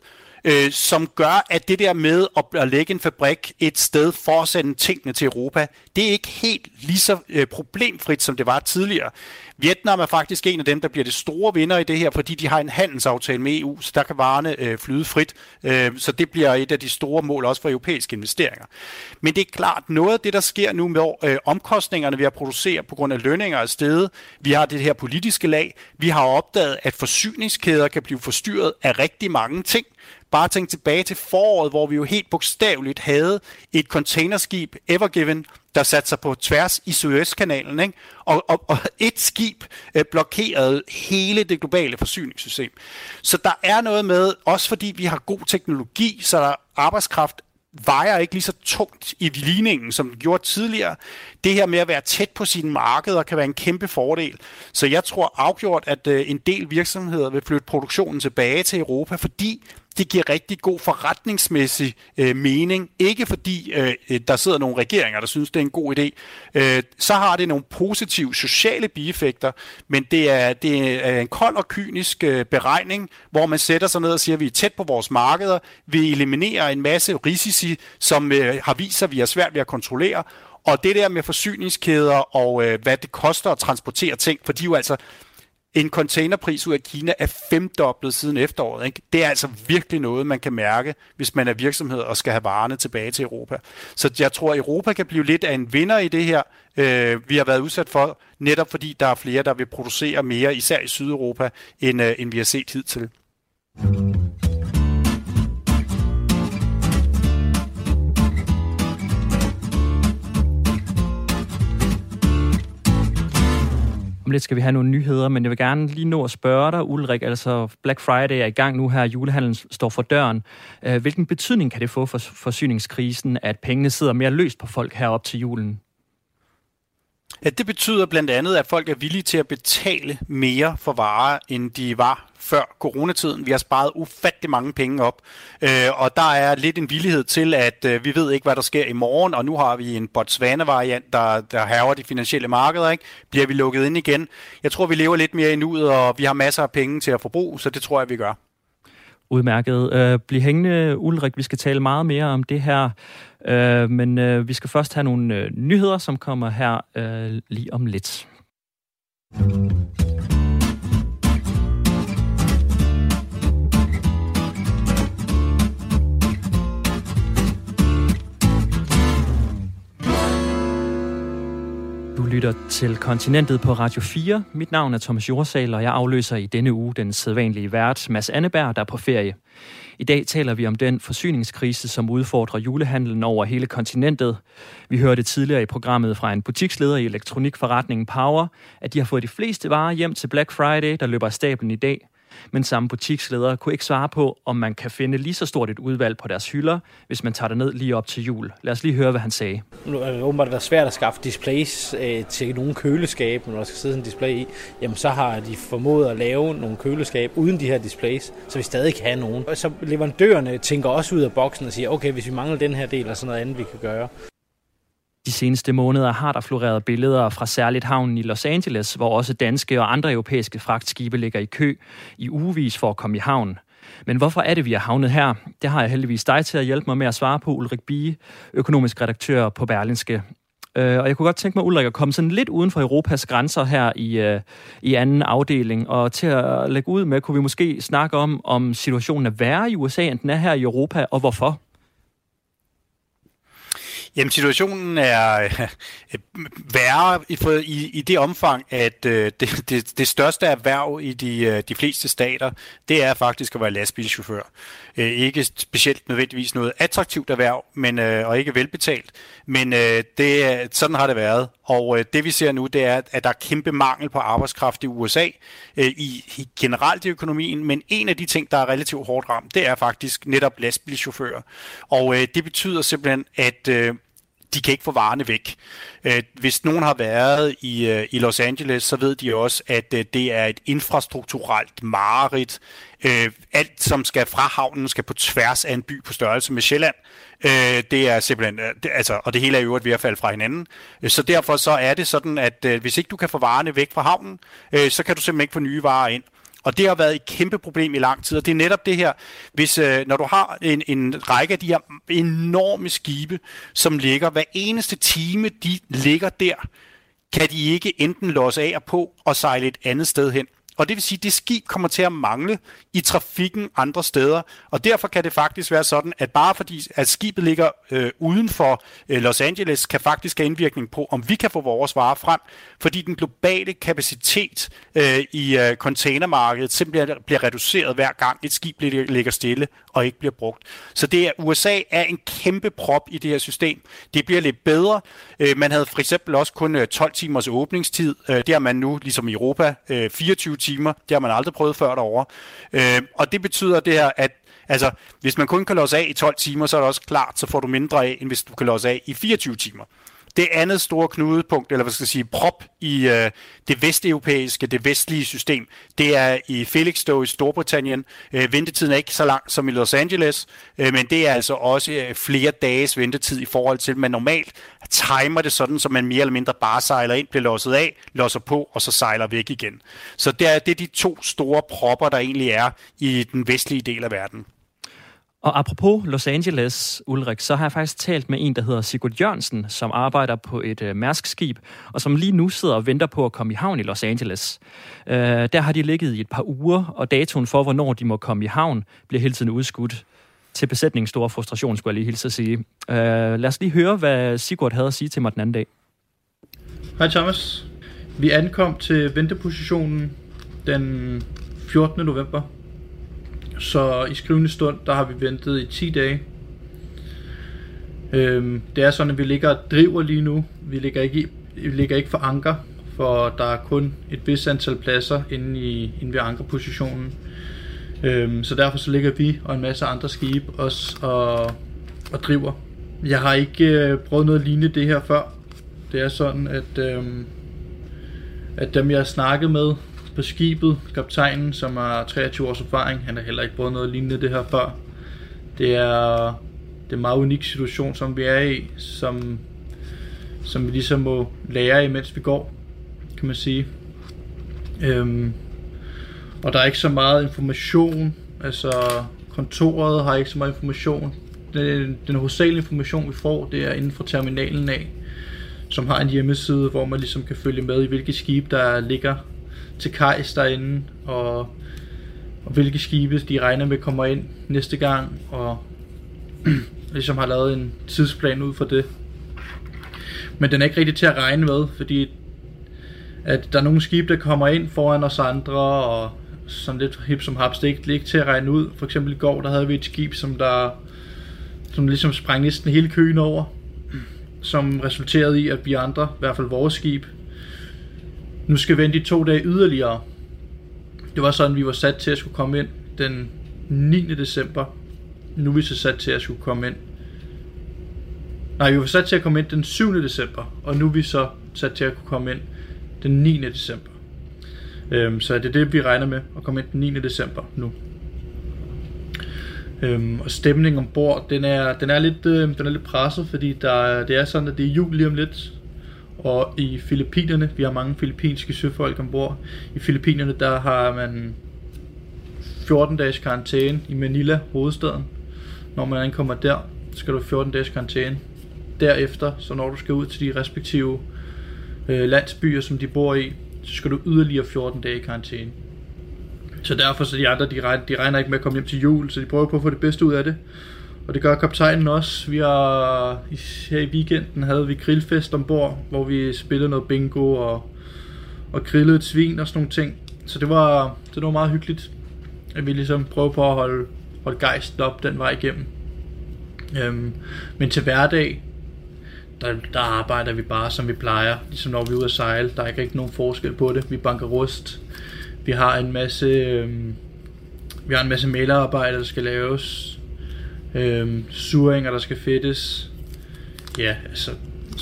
som gør, at det der med at lægge en fabrik et sted for at sende tingene til Europa, det er ikke helt lige så problemfrit, som det var tidligere. Vietnam er faktisk en af dem, der bliver det store vinder i det her, fordi de har en handelsaftale med EU, så der kan varerne flyde frit. Så det bliver et af de store mål også for europæiske investeringer. Men det er klart, noget af det, der sker nu med omkostningerne ved at producere på grund af lønninger er steget. Vi har det her politiske lag. Vi har opdaget, at forsyningskæder kan blive forstyrret af rigtig mange ting. Bare tænk tilbage til foråret, hvor vi jo helt bogstaveligt havde et containerskib, Ever Given, der satte sig på tværs i Suezkanalen, ikke? Og et skib blokerede hele det globale forsyningssystem. Så der er noget med, også fordi vi har god teknologi, så der arbejdskraft vejer ikke lige så tungt i ligningen, som det gjorde tidligere. Det her med at være tæt på sine markeder kan være en kæmpe fordel. Så jeg tror afgjort, at en del virksomheder vil flytte produktionen tilbage til Europa, fordi det giver rigtig god forretningsmæssig mening. Ikke fordi der sidder nogle regeringer, der synes, det er en god idé. Så har det nogle positive sociale bieffekter, men det er en kold og kynisk beregning, hvor man sætter sig ned og siger, at vi er tæt på vores markeder, vi eliminerer en masse risici, som har vist sig, at vi har svært ved at kontrollere. Og det der med forsyningskæder og hvad det koster at transportere ting, for de er jo altså en containerpris ud af Kina er 5-doblet siden efteråret. Ikke? Det er altså virkelig noget, man kan mærke, hvis man er virksomhed og skal have varerne tilbage til Europa. Så jeg tror, at Europa kan blive lidt af en vinder i det her. Vi har været udsat for, netop fordi der er flere, der vil producere mere, især i Sydeuropa, end vi har set hidtil. Om Om lidt skal vi have nogle nyheder, men jeg vil gerne lige nå at spørge dig, Ulrik. Altså, Black Friday er i gang nu her, julehandlen står for døren. Hvilken betydning kan det få for forsyningskrisen, at pengene sidder mere løst på folk herop til julen? Ja, det betyder blandt andet, at folk er villige til at betale mere for varer, end de var før coronatiden. Vi har sparet ufattelig mange penge op, og der er lidt en villighed til, at vi ved ikke, hvad der sker i morgen, og nu har vi en Botswana-variant, der hærger de finansielle markeder, ikke? Bliver vi lukket ind igen? Jeg tror, vi lever lidt mere i nuet, og vi har masser af penge til at forbruge, så det tror jeg, vi gør. Udmærket. Bliv hængende, Ulrik. Vi skal tale meget mere om det her. Men vi skal først have nogle nyheder, som kommer her lige om lidt. Du lytter til Kontinentet på Radio 4. Mit navn er Thomas Jorsal, og jeg afløser i denne uge den sædvanlige vært, Mads Anneberg, der er på ferie. I dag taler vi om den forsyningskrise, som udfordrer julehandlen over hele kontinentet. Vi hørte tidligere i programmet fra en butiksleder i elektronikforretningen Power, at de har fået de fleste varer hjem til Black Friday, der løber af stablen i dag. Men samme butiksleder kunne ikke svare på, om man kan finde lige så stort et udvalg på deres hylder, hvis man tager det ned lige op til jul. Lad os lige høre, hvad han sagde. Nu er det åbenbart været svært at skaffe displays til nogle køleskab, når der skal sidde en display i. Jamen så har de formået at lave nogle køleskab uden de her displays, så vi stadig kan have nogen. Og så leverandørerne tænker også ud af boksen og siger, okay, hvis vi mangler den her del, og sådan noget andet, vi kan gøre. De seneste måneder har der floreret billeder fra særligt havnen i Los Angeles, hvor også danske og andre europæiske fragtskibe ligger i kø i ugevis for at komme i havn. Men hvorfor er det, vi er havnet her? Det har jeg heldigvis dig til at hjælpe mig med at svare på, Ulrik Bie, økonomisk redaktør på Berlingske. Og jeg kunne godt tænke mig, Ulrik, at komme sådan lidt uden for Europas grænser her i anden afdeling. Og til at lægge ud med, kunne vi måske snakke om situationen er værre i USA, end den er her i Europa, og hvorfor? Jamen, situationen er værre i det omfang, at det største erhverv i de fleste stater, det er faktisk at være lastbilchauffør. Ikke specielt nødvendigvis noget attraktivt erhverv, og ikke velbetalt, men sådan har det været. Og det vi ser nu, det er, at der er kæmpe mangel på arbejdskraft i USA, generelt i økonomien, men en af de ting, der er relativt hårdt ramt, det er faktisk netop lastbilchauffører. Og det betyder simpelthen, at de kan ikke få varerne væk. Hvis nogen har været i Los Angeles, så ved de også, at det er et infrastrukturelt mareridt. Alt, som skal fra havnen, skal på tværs af en by på størrelse med Sjælland. Det er simpelthen, og det hele er i øvrigt ved at falde fra hinanden. Så derfor så er det sådan, at hvis ikke du kan få varerne væk fra havnen, så kan du simpelthen ikke få nye varer ind. Og det har været et kæmpe problem i lang tid, og det er netop det her, hvis når du har en række af de her enorme skibe, som ligger hver eneste time, de ligger der, kan de ikke enten låse af og på og sejle et andet sted hen. Og det vil sige, at det skib kommer til at mangle i trafikken andre steder, og derfor kan det faktisk være sådan, at bare fordi at skibet ligger uden for Los Angeles, kan faktisk have indvirkning på, om vi kan få vores varer frem, fordi den globale kapacitet i containermarkedet simpelthen bliver reduceret hver gang et skib ligger stille og ikke bliver brugt. Så USA er en kæmpe prop i det her system. Det bliver lidt bedre. Man havde for eksempel også kun 12 timers åbningstid. Det har man nu, ligesom i Europa, 24 timer. Det har man aldrig prøvet før derovre. Og det betyder det her, at hvis man kun kan låse af i 12 timer, så er det også klart, så får du mindre af, end hvis du kan låse af i 24 timer. Det andet store knudepunkt, eller hvad skal jeg sige, prop i det vesteuropæiske, det vestlige system, det er i Felixstowe i Storbritannien. Ventetiden er ikke så lang som i Los Angeles, men det er altså også flere dages ventetid i forhold til, at man normalt timer det sådan, så man mere eller mindre bare sejler ind, bliver låset af, låser på, og så sejler væk igen. Så det er de to store propper, der egentlig er i den vestlige del af verden. Og apropos Los Angeles, Ulrik, så har jeg faktisk talt med en, der hedder Sigurd Jørgensen, som arbejder på et Mærsk-skib, og som lige nu sidder og venter på at komme i havn i Los Angeles. Der har de ligget i et par uger, og datoen for, hvornår de må komme i havn, bliver hele tiden udskudt. Til besætningens store frustration, skulle jeg lige hilse at sige. Lad os lige høre, hvad Sigurd havde at sige til mig den anden dag. Hej Thomas. Vi ankom til ventepositionen den 14. november. Så i skrivende stund, der har vi ventet i 10 dage. Det er sådan, at vi ligger og driver lige nu. Vi ligger ikke for anker, for der er kun et vist antal pladser inde ved ankerpositionen. Så derfor så ligger vi og en masse andre skibe også og driver. Jeg har ikke prøvet noget lignende det her før. Det er sådan, at dem jeg har snakket med på skibet, kaptajnen, som har 23 års erfaring, han har heller ikke prøvet noget lignende det her før. Det er en meget unik situation, som vi er i, som vi ligesom må lære imens vi går, kan man sige. Og der er ikke så meget information, altså kontoret har ikke så meget information. Den hovedsagelige information vi får, det er inden for terminalen af, som har en hjemmeside, hvor man ligesom kan følge med i hvilke skibe der ligger til kajs derinde, og hvilke skibe de regner med kommer ind næste gang, og ligesom har lavet en tidsplan ud for det. Men den er ikke rigtig til at regne med, fordi at der er nogle skibe, der kommer ind foran os andre, og sådan lidt hip som haps, det er ikke til at regne ud. For eksempel i går, der havde vi et skib, som ligesom sprang næsten hele køen over, som resulterede i, at vi andre, i hvert fald vores skib, nu skal vente i 2 dage yderligere. Det var sådan, vi var sat til at skulle komme ind den 9. december. Nu er vi så sat til at skulle komme ind. Nej, vi var sat til at komme ind den 7. december, og nu er vi så sat til at kunne komme ind den 9. december. Så det er det, vi regner med, at komme ind den 9. december nu. Og stemningen ombord, den er lidt presset, fordi det er sådan, at det er jul lige om lidt. Og i Filippinerne, vi har mange filippinske søfolk ombord. I Filippinerne, der har man 14 dages karantæne i Manila, hovedstaden. Når man ankommer der, skal du 14 dages karantæne. Derefter, så når du skal ud til de respektive landsbyer, som de bor i, så skal du yderligere 14 dage i karantæne. Så derfor så de andre, de regner ikke med at komme hjem til jul, så de prøver på at få det bedste ud af det. Og det gør kaptajnen også. Her i weekenden havde vi grillfest ombord, hvor vi spillede noget bingo og grillede et svin og sådan nogle ting. Så det var meget hyggeligt, at vi ligesom prøvede på at holde gejsten op den vej igennem. Men til hverdag, der arbejder vi bare som vi plejer, ligesom når vi er ude at sejle. Der er ikke rigtig nogen forskel på det. Vi banker rust. Vi har en masse malerarbejde, der skal laves. Suringer, der skal fedtes. Ja, altså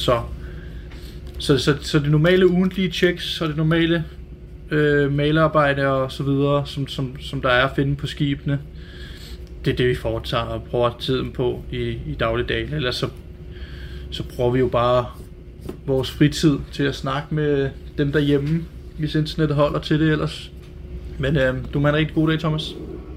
så det normale ugentlige checks og det normale malerarbejde og så videre, som der er at finde på skibene, det er det vi foretager og bruger tiden på i dagligdagen. Ellers så bruger vi jo bare vores fritid til at snakke med dem derhjemme, hvis internettet holder til det ellers. Men du må have en rigtig god dag, Thomas.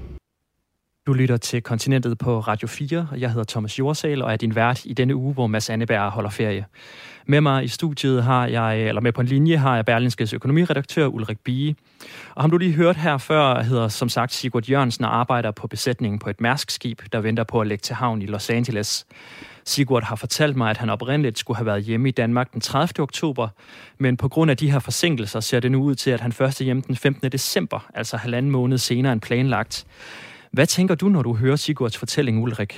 Du lytter til Kontinentet på Radio 4, og jeg hedder Thomas Jorsal og er din vært i denne uge, hvor Mads Anneberg holder ferie. Med mig i studiet med på en linje har jeg Berlingskes økonomiredaktør Ulrik Bie. Og ham du lige hørt her før hedder som sagt Sigurd Jørgensen og arbejder på besætningen på et Mærsk-skib, der venter på at lægge til havn i Los Angeles. Sigurd har fortalt mig, at han oprindeligt skulle have været hjemme i Danmark den 30. oktober, men på grund af de her forsinkelser ser det nu ud til, at han først er hjemme den 15. december, altså 1,5 måned senere end planlagt. Hvad tænker du, når du hører Sigurds fortælling, Ulrik?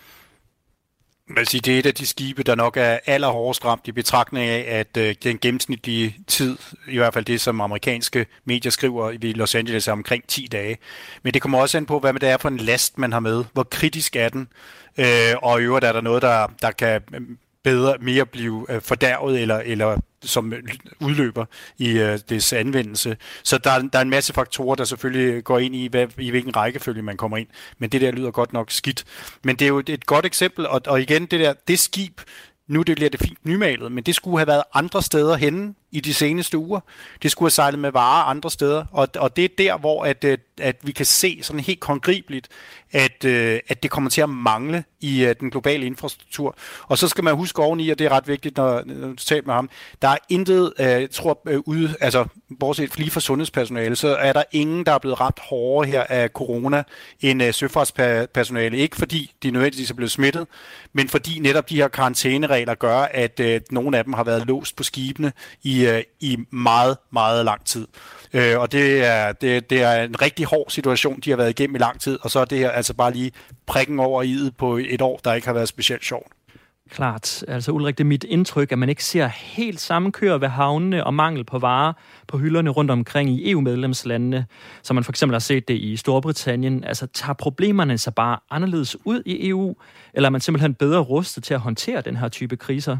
Jeg vil sige, det er et af de skibe, der nok er allerhårdest ramt i betragtning af, at den gennemsnitlige tid, i hvert fald det, som amerikanske medier skriver i Los Angeles, er omkring 10 dage. Men det kommer også an på, hvad det er for en last, man har med. Hvor kritisk er den? Og i øvrigt er der noget, der kan mere blive fordærvet eller som udløber i dets anvendelse. Så der er en masse faktorer, der selvfølgelig går ind i hvilken rækkefølge man kommer ind. Men det der lyder godt nok skidt. Men det er jo et godt eksempel, og igen, det skib, nu bliver det fint nymalet, men det skulle have været andre steder henne i de seneste uger. Det skulle have sejlet med varer andre steder, og det er der, hvor at vi kan se sådan helt håndgribeligt, at det kommer til at mangle i den globale infrastruktur. Og så skal man huske oveni, og det er ret vigtigt, når du taler med ham, der er intet, bortset lige fra sundhedspersonale, så er der ingen, der er blevet ramt hårdere her af corona end søfartspersonale. Ikke fordi de nødvendigvis er blevet smittet, men fordi netop de her karantæneregler gør, at nogle af dem har været låst på skibene i meget, meget lang tid. Og det er en rigtig hård situation, de har været igennem i lang tid, og så er det her altså bare lige prikken over i'et på et år, der ikke har været specielt sjovt. Klart. Altså Ulrik, det er mit indtryk, at man ikke ser helt samme køer ved havnene og mangel på varer på hylderne rundt omkring i EU-medlemslandene, som man for eksempel har set det i Storbritannien. Altså tager problemerne så bare anderledes ud i EU, eller er man simpelthen bedre rustet til at håndtere den her type kriser?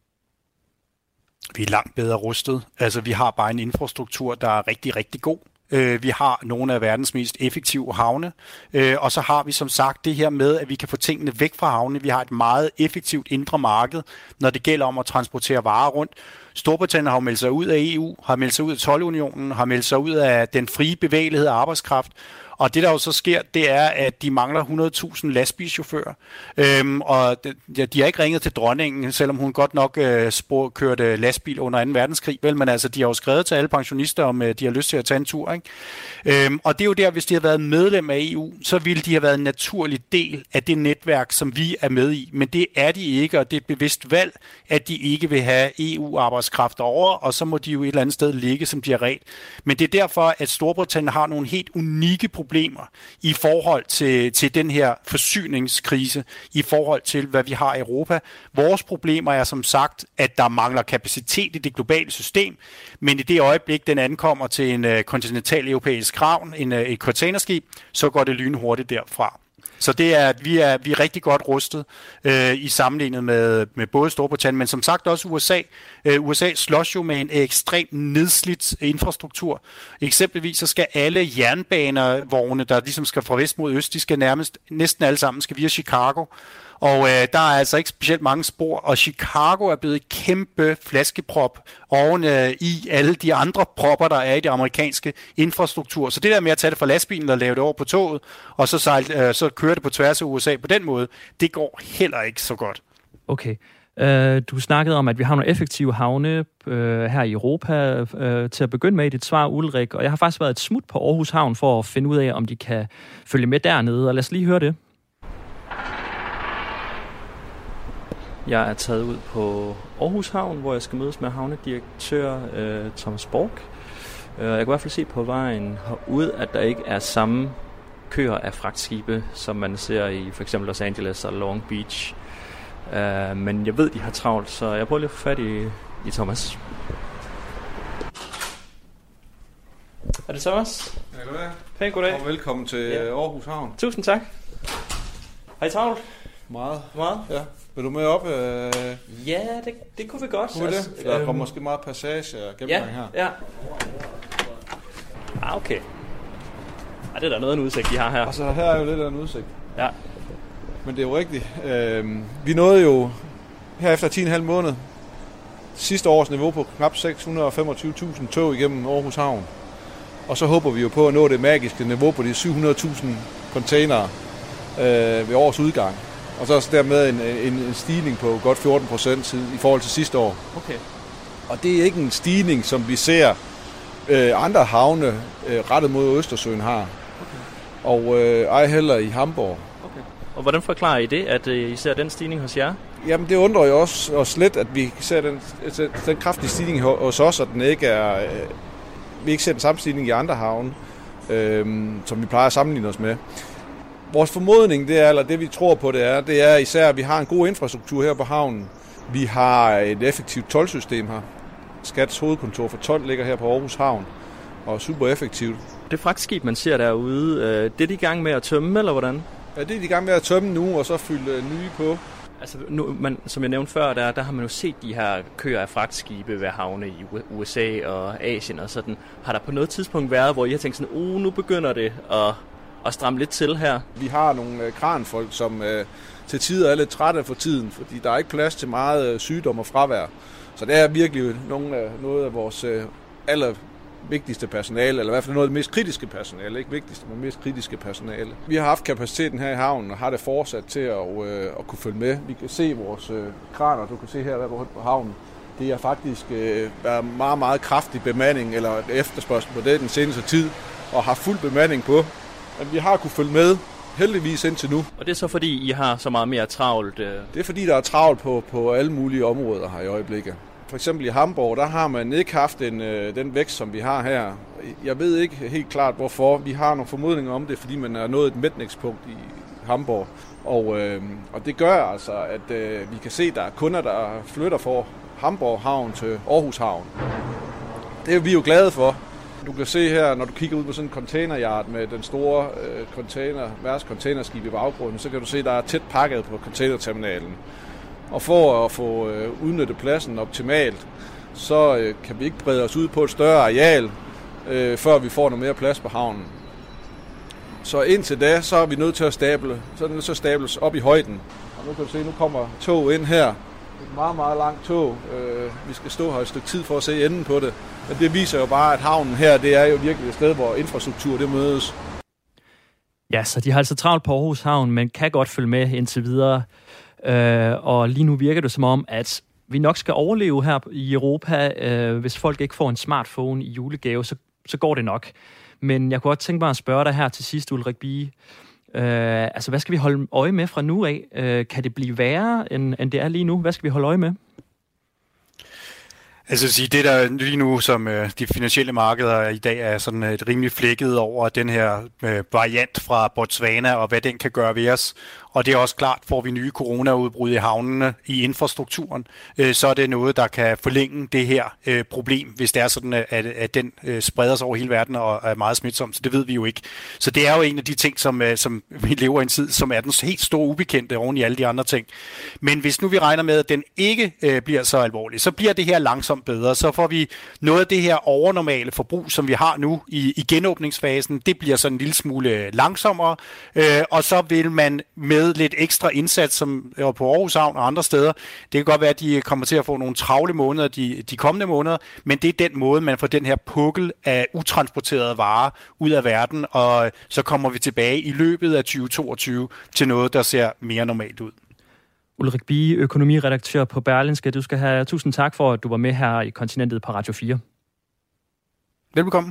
Vi er langt bedre rustet. Altså vi har bare en infrastruktur, der er rigtig, rigtig god. Vi har nogle af verdens mest effektive havne, og så har vi som sagt det her med, at vi kan få tingene væk fra havne. Vi har et meget effektivt indre marked, når det gælder om at transportere varer rundt. Storbritannien har meldt sig ud af EU, har meldt sig ud af toldunionen, har meldt sig ud af den frie bevægelighed af arbejdskraft. Og det, der jo så sker, det er, at de mangler 100.000 lastbilchauffører. Og de har ikke ringet til dronningen, selvom hun godt nok kørte lastbil under 2. verdenskrig. Vel, men altså, de har jo skrevet til alle pensionister, om de har lyst til at tage en tur. Ikke? Og det er jo der, hvis de har været medlem af EU, så ville de have været en naturlig del af det netværk, som vi er med i. Men det er de ikke, og det er et bevidst valg, at de ikke vil have EU-arbejdskraft over, og så må de jo et eller andet sted ligge, som de har ret. Men det er derfor, at Storbritannien har nogle helt unikke problemer i forhold til den her forsyningskrise, i forhold til, hvad vi har i Europa. Vores problemer er som sagt, at der mangler kapacitet i det globale system, men i det øjeblik, den ankommer til en kontinental europæisk havn, et containerskib, så går det lynhurtigt derfra. Så det er, vi er rigtig godt rustet i sammenlignet med både Storbritannien, men som sagt også USA. USA slås jo med en ekstremt nedslidt infrastruktur. Eksempelvis så skal alle jernbanevogne, der ligesom skal fra vest mod øst, de skal næsten alle sammen skal via Chicago. Og der er altså ikke specielt mange spor, og Chicago er blevet et kæmpe flaskeprop oven i alle de andre propper, der er i det amerikanske infrastruktur. Så det der med at tage det fra lastbilen og lave det over på toget, og så køre det på tværs af USA på den måde, det går heller ikke så godt. Okay. Du snakkede om, at vi har nogle effektive havne her i Europa til at begynde med i dit svar, Ulrik, og jeg har faktisk været et smut på Aarhus Havn for at finde ud af, om de kan følge med dernede, og lad os lige høre det. Jeg er taget ud på Aarhus Havn, hvor jeg skal mødes med havnedirektør Thomas Borg. Jeg kan i hvert fald se på vejen herude, at der ikke er samme køer af fragtskibe, som man ser i for eksempel Los Angeles og Long Beach. Men jeg ved, de har travlt, så jeg prøver lige at få fat i Thomas. Er det Thomas? Ja, goddag. Pænt goddag. Og velkommen til Aarhus Havn. Tusind tak. Har I travlt? Meget. Ja. Vil du med op? Ja, det kunne vi godt. Kunne vi det? Der kommer måske meget passage og gennemgang her. Ja. Okay. Det er da noget af en udsigt, de har her. Altså, her er jo lidt af en udsigt. Ja. Men det er jo rigtigt. Vi nåede jo her efter 10,5 måned sidste års niveau på knap 625.000 tog igennem Aarhus Havn. Og så håber vi jo på at nå det magiske niveau på de 700.000 containere ved års udgang. Og så dermed en stigning på godt 14% i forhold til sidste år. Okay. Og det er ikke en stigning, som vi ser andre havne rettet mod Østersøen har. Okay. Og ej heller i Hamburg. Okay. Og hvordan forklarer I det, at I ser den stigning hos jer? Jamen det undrer jo os lidt, at vi ser den kraftige stigning hos os, og den ikke er, vi ikke ser den samme stigning i andre havne, som vi plejer at sammenligne os med. Vores formodning, det er, eller det vi tror på, det er især, at vi har en god infrastruktur her på havnen. Vi har et effektivt toldsystem her. Skats hovedkontor for told ligger her på Aarhus Havn, og super effektivt. Det fragtskib, man ser derude, det er de i gang med at tømme, eller hvordan? Ja, det er de i gang med at tømme nu, og så fylde nye på. Altså, som jeg nævnte før, der har man jo set de her køer af fragtskibe ved havne i USA og Asien og sådan. Har der på noget tidspunkt været, hvor I har tænkt sådan, nu begynder det at stramme lidt til her? Vi har nogle kranfolk, som til tider er lidt trætte for tiden, fordi der er ikke plads til meget sygdom og fravær. Så det er virkelig noget af vores allervigtigste personale, eller i hvert fald noget af det mest kritiske personale. Ikke vigtigste, men mest kritiske personale. Vi har haft kapaciteten her i havnen og har det fortsat til at kunne følge med. Vi kan se vores kraner, du kan se her på havnen. Det er faktisk været meget, meget kraftig bemanding, eller efterspørgsel på det den seneste tid, og har fuld bemanding på. Men vi har kunne følge med, heldigvis indtil nu. Og det er så fordi, I har så meget mere travlt? Det er fordi, der er travlt på alle mulige områder her i øjeblikket. For eksempel i Hamburg, der har man ikke haft den vækst, som vi har her. Jeg ved ikke helt klart, hvorfor. Vi har nogle formodninger om det, fordi man er nået et mætningspunkt Hamburg. Og det gør altså, at vi kan se, at der er kunder, der flytter fra Hamburg Havn til Aarhus Havn. Det er vi jo glade for. Du kan se her, når du kigger ud på sådan en containeryard med den store Mærsk containerskib i baggrunden, så kan du se, at der er tæt pakket på containerterminalen. Og for at få udnyttet pladsen optimalt, så kan vi ikke brede os ud på et større areal, før vi får noget mere plads på havnen. Så indtil da, så er vi nødt til at stables op i højden. Og nu kan du se, nu kommer tog ind her. Et meget, meget langt tog. Vi skal stå her et stykke tid for at se enden på det. Men det viser jo bare, at havnen her, det er jo virkelig et sted, hvor infrastruktur det mødes. Ja, så de har altså travlt på Aarhus Havn, men kan godt følge med indtil videre. Og lige nu virker det som om, at vi nok skal overleve her i Europa. Hvis folk ikke får en smartphone i julegave, så går det nok. Men jeg kunne godt tænke mig at spørge dig her til sidst, Ulrik Bie. Altså, hvad skal vi holde øje med fra nu af? Kan det blive værre, end det er lige nu? Hvad skal vi holde øje med? Altså sige, det der lige nu, som de finansielle markeder i dag er sådan et rimelig flækket over den her variant fra Botswana og hvad den kan gøre ved os. Og det er også klart, får vi nye coronaudbrud i havnene, i infrastrukturen, så er det noget, der kan forlænge det her problem, hvis det er sådan, at den spreder sig over hele verden og er meget smitsom. Så det ved vi jo ikke. Så det er jo en af de ting, som vi lever i en tid, som er den helt store ubekendte oven i alle de andre ting. Men hvis nu vi regner med, at den ikke bliver så alvorlig, så bliver det her langsomt bedre. Så får vi noget af det her overnormale forbrug, som vi har nu i genåbningsfasen, det bliver sådan en lille smule langsommere, og så vil man med lidt ekstra indsats, som er på Aarhus Havn og andre steder. Det kan godt være, at de kommer til at få nogle travle måneder de kommende måneder, men det er den måde, man får den her pukkel af utransporterede varer ud af verden, og så kommer vi tilbage i løbet af 2022 til noget, der ser mere normalt ud. Ulrik Bie, økonomiredaktør på Berlingske. Du skal have tusind tak for, at du var med her i Kontinentet på Radio 4. Velbekomme.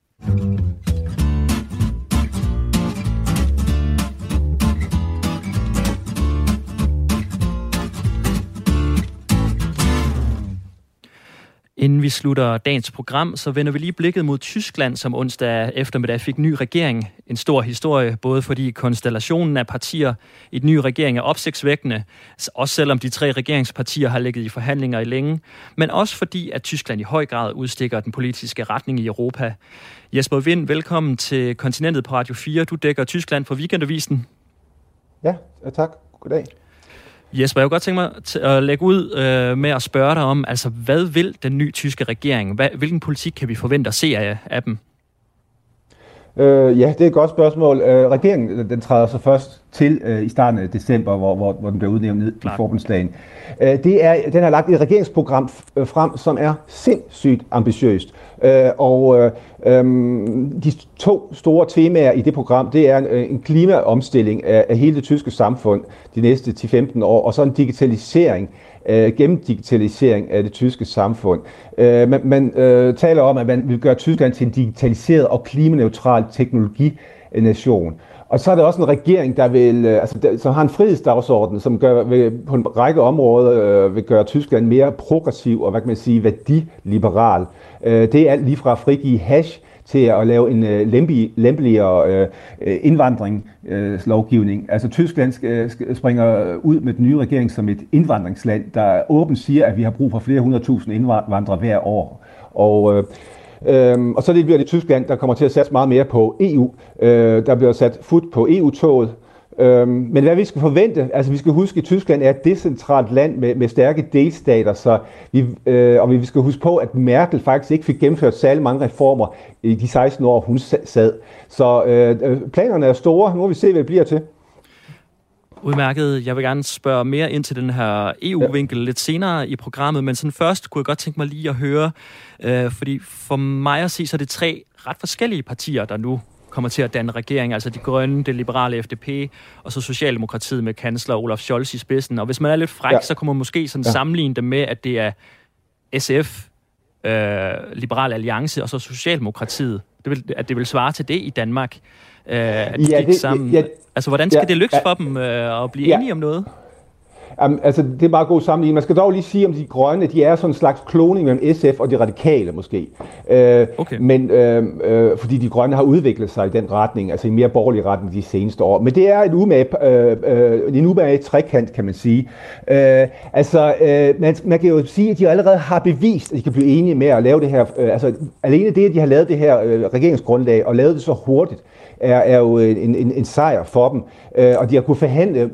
Inden vi slutter dagens program, så vender vi lige blikket mod Tyskland, som onsdag eftermiddag fik ny regering. En stor historie, både fordi konstellationen af partier i den nye regering er opsigtsvækkende, også selvom de 3 regeringspartier har ligget i forhandlinger i længe, men også fordi, at Tyskland i høj grad udstikker den politiske retning i Europa. Jesper Wind, velkommen til Kontinentet på Radio 4. Du dækker Tyskland for Weekendavisen. Ja, tak. Goddag. Jesper, jeg kunne godt tænke mig at lægge ud med at spørge dig om, altså hvad vil den nye tyske regering? Hvilken politik kan vi forvente at se af dem? Ja, det er et godt spørgsmål. Regeringen den træder så først til i starten af december, hvor den bliver udnævnt i forbundsdagen. Den har lagt et regeringsprogram frem, som er sindssygt ambitiøst. De 2 store temaer i det program, det er en klimaomstilling af hele det tyske samfund de næste 10-15 år, og så en digitalisering, gennemdigitalisering af det tyske samfund. Man taler om, at man vil gøre Tyskland til en digitaliseret og klimaneutral teknologination. Og så er der også en regering, som har en frihedsdagsorden, som på en række områder vil gøre Tyskland mere progressiv og værdiliberal. Det er alt lige fra at frigive hash til at lave en lempeligere indvandringslovgivning. Altså Tyskland springer ud med den nye regering som et indvandringsland, der åbent siger, at vi har brug for flere 100.000 indvandrere hver år. Og så bliver det Tyskland, der kommer til at satse meget mere på EU. Der bliver sat fut på EU-toget. Men hvad vi skal forvente, altså vi skal huske, at Tyskland er et decentralt land med stærke delstater, så vi skal huske på, at Merkel faktisk ikke fik gennemført særlig mange reformer i de 16 år, hun sad. Så planerne er store. Nu må vi se, hvad det bliver til. Udmærket. Jeg vil gerne spørge mere ind til den her EU-vinkel lidt senere i programmet, men sådan først kunne jeg godt tænke mig lige at høre, fordi for mig at se, så er det 3 ret forskellige partier, der nu kommer til at danne regering, altså de grønne, det liberale FDP, og så Socialdemokratiet med kansler Olaf Scholz i spidsen. Og hvis man er lidt fræk, så kunne man måske sådan sammenligne det med, at det er SF, Liberal Alliance og så Socialdemokratiet. Det vil svare til det i Danmark. At de sammen. Altså, hvordan skal det lykkes for dem at blive enige om noget? Altså, det er bare god sammenligning. Man skal dog lige sige, om de grønne, de er sådan en slags kloning mellem SF og de radikale måske. Okay. Men fordi de grønne har udviklet sig i den retning, altså i mere borgerlig retning de seneste år. Men det er en umage trekant, kan man sige. Man kan jo sige, at de allerede har bevist, at de kan blive enige med at lave det her. Alene det, at de har lavet det her regeringsgrundlag og lavet det så hurtigt, er jo en sejr for dem, og de har kunnet forhandle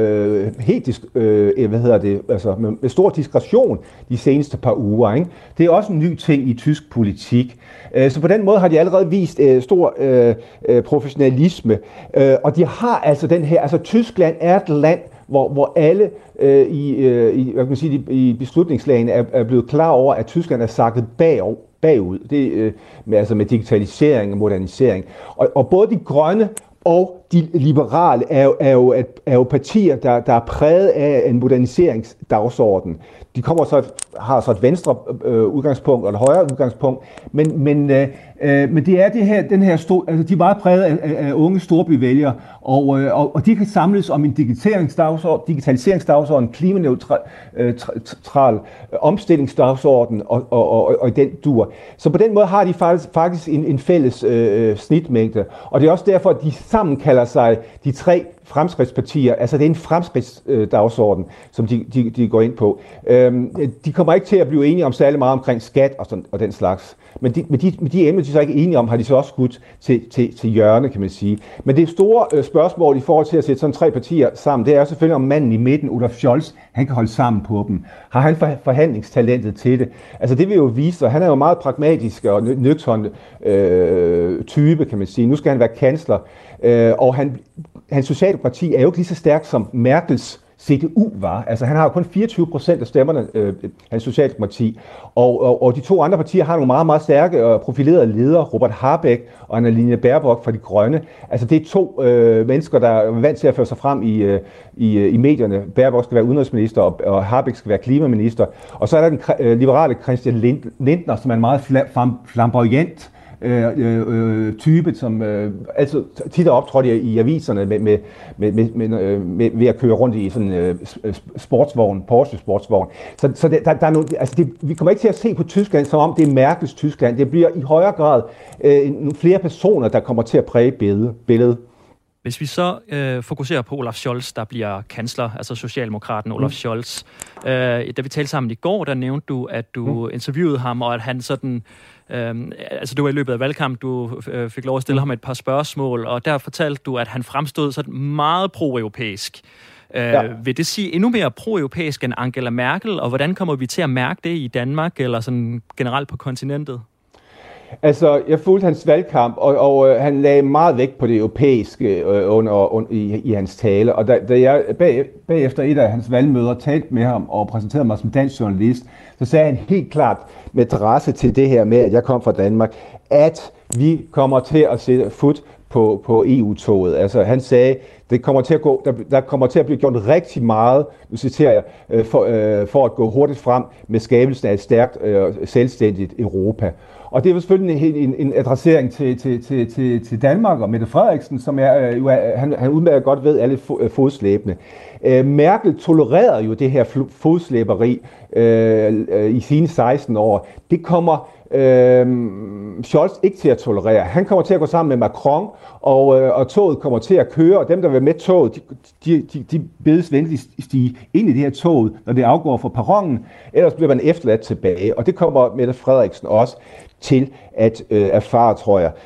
med stor diskretion de seneste par uger. Ikke? Det er også en ny ting i tysk politik. Så på den måde har de allerede vist stor professionalisme, og de har altså den her, altså Tyskland er et land, hvor alle i beslutningslagene er blevet klar over, at Tyskland er sakket bagud. Det med digitalisering og modernisering. Og både de grønne og de liberale er jo partier, der er præget af en moderniseringsdagsorden. De har så et venstre udgangspunkt og et højre udgangspunkt, men det er den her de er meget præget af unge storbyvælgere, og de kan samles om en digitaliseringsdagsorden, klimaneutral omstillingsdagsorden og den dur. Så på den måde har de faktisk en fælles snitmængde, og det er også derfor, at de sammen kalder sig de tre fremskridtspartier. Altså det er en fremskridtsdagsorden, som de går ind på. De kommer ikke til at blive enige om særlig meget omkring skat og den slags. Men de emner, de så ikke er enige om, har de så også skudt til hjørne, kan man sige. Men det store spørgsmål i forhold til at sætte sådan tre partier sammen, det er selvfølgelig om manden i midten, Olaf Scholz, han kan holde sammen på dem. Har han forhandlingstalentet til det? Altså det vil jo vise sig. Han er jo meget pragmatisk og nøgtern type, kan man sige. Nu skal han være kansler, og hans socialdemokrati er jo ikke lige så stærk som Merkels CDU var. Altså han har jo kun 24% af stemmerne, hans socialdemokrati. Og de to andre partier har nogle meget, meget stærke og profilerede ledere, Robert Habeck og Annalena Baerbock fra De Grønne. Altså det er to mennesker, der er vant til at føre sig frem i medierne. Baerbock skal være udenrigsminister, og Habeck skal være klimaminister. Og så er der den liberale Christian Lindner, som er en meget flamboyant type, som altid tit er optrådt i aviserne ved at køre rundt i sådan en sportsvogn, Porsche sportsvogn. Så der er noget, altså vi kommer ikke til at se på Tyskland, som om det er Merkels Tyskland. Det bliver i højere grad nogle flere personer, der kommer til at præge billedet. Hvis vi så fokuserer på Olaf Scholz, der bliver kansler, altså socialdemokraten Olaf Scholz. Da vi talte sammen i går, der nævnte du, at du interviewede ham, og at han sådan... det var i løbet af valgkamp, du fik lov at stille ham et par spørgsmål, og der fortalte du, at han fremstod sådan meget pro-europæisk. Vil det sige endnu mere pro-europæisk end Angela Merkel, og hvordan kommer vi til at mærke det i Danmark, eller sådan generelt på kontinentet? Altså, jeg fulgte hans valgkamp, og han lagde meget vægt på det europæiske i hans tale. Og da jeg bagefter et af hans valgmøder talte med ham og præsenterede mig som dansk journalist, så sagde han helt klart med adresse til det her med, at jeg kom fra Danmark, at vi kommer til at sætte fod på EU-toget. Altså, han sagde, der kommer til at blive gjort rigtig meget, nu citerer jeg, for at gå hurtigt frem med skabelsen af et stærkt selvstændigt Europa. Og det er selvfølgelig en adressering til Danmark og Mette Frederiksen, som han udmærket godt ved alle fodslæbende. Merkel tolererede jo det her fodslæberi i sine 16 år. Det kommer Scholz ikke til at tolerere. Han kommer til at gå sammen med Macron, og toget kommer til at køre, og dem, der vil med toget, de bedes venligst stige ind i det her tog, når det afgår fra perronen, ellers bliver man efterladt tilbage, og det kommer Mette Frederiksen også til at erfare, tror jeg.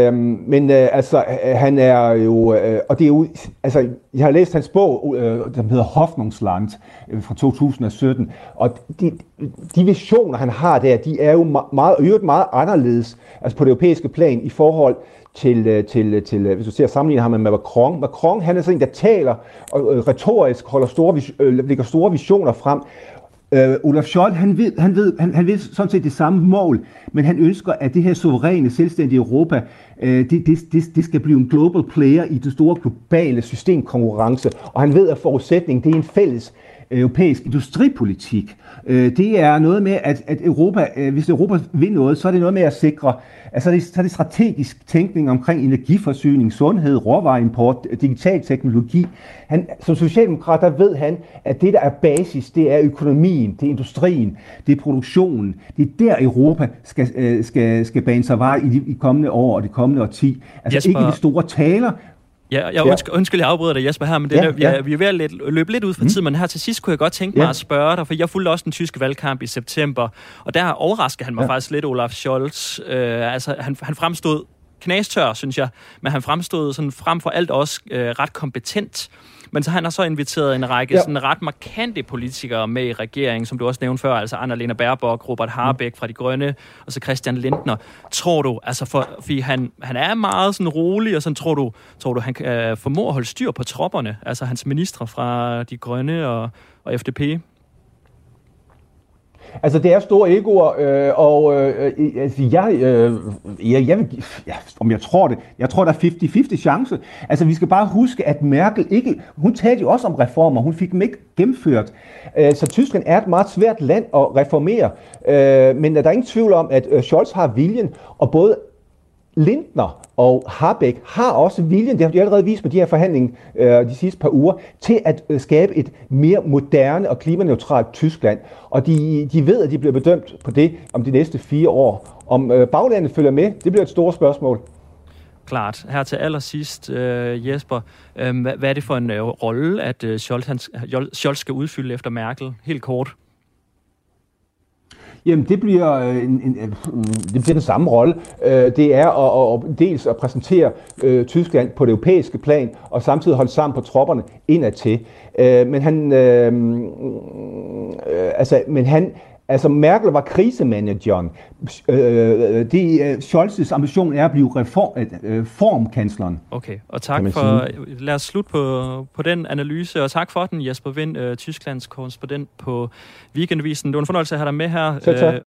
Han er jo, og det er jo, altså, jeg har læst hans bog, der hedder Hoffnungsland fra 2017, og de visioner, han har der, de er jo meget anderledes, altså på det europæiske plan, i forhold til hvis du ser sammenligner ham med Macron. Macron, han er sådan en, der taler og retorisk lægger store visioner frem. Olaf Scholz, han ved sådan set det samme mål, men han ønsker, at det her suveræne, selvstændige Europa, det skal blive en global player i den store globale systemkonkurrence, og han ved, at forudsætningen, det er en fælles europæisk industripolitik. Det er noget med, at Europa, hvis Europa vil noget, så er det noget med at sikre, altså så er det strategisk tænkning omkring energiforsyning, sundhed, råvareimport, digital teknologi. Som socialdemokrat, der ved han, at det, der er basis, det er økonomien, det er industrien, det er produktionen. Det er der, Europa skal bane sig vej i de kommende år og de kommende årti. Altså Jesper, ikke de store taler. Undskyld, jeg afbryder dig, Jesper, her, men vi er ved at løbe lidt ud fra tid, men her til sidst kunne jeg godt tænke mig at spørge dig, for jeg fulgte også den tyske valgkamp i september, og der overraskede han mig faktisk lidt, Olaf Scholz. Han fremstod knastør, synes jeg, men han fremstod sådan frem for alt også ret kompetent. Men så han har så inviteret en række sådan ret markante politikere med i regeringen, som du også nævnte før, altså Annalena Baerbock, Robert Habeck fra De Grønne, og så Christian Lindner. Tror du, altså fordi han er meget sådan rolig, og sådan tror du han kan formå at holde styr på tropperne, altså hans ministre fra De Grønne og FDP? Altså, det er store egoer, om jeg tror det, jeg tror, der er 50-50 chance. Altså, vi skal bare huske, at Merkel ikke, hun talte jo også om reformer, hun fik dem ikke gennemført. Så Tyskland er et meget svært land at reformere, men der er ingen tvivl om, at Scholz har viljen, og både Lindner og Habeck har også viljen, det har de allerede vist med de her forhandlinger de sidste par uger, til at skabe et mere moderne og klimaneutralt Tyskland. Og de ved, at de bliver bedømt på det om de næste 4 år. Om baglandet følger med, det bliver et stort spørgsmål. Klart. Her til allersidst, Jesper, hvad er det for en rolle, at Scholz skal udfylde efter Merkel? Helt kort. Jamen, det bliver den samme rolle. Det er at dels at præsentere Tyskland på det europæiske plan, og samtidig holde sammen på tropperne indadtil. Altså Merkel var krisemanageren. Scholz's ambition er at blive reformkansleren. Okay, og tak for... Lad os slutte på den analyse, og tak for den, Jesper Wind, Tysklands korrespondent på Weekendavisen. Det var en fornøjelse at have dig med her.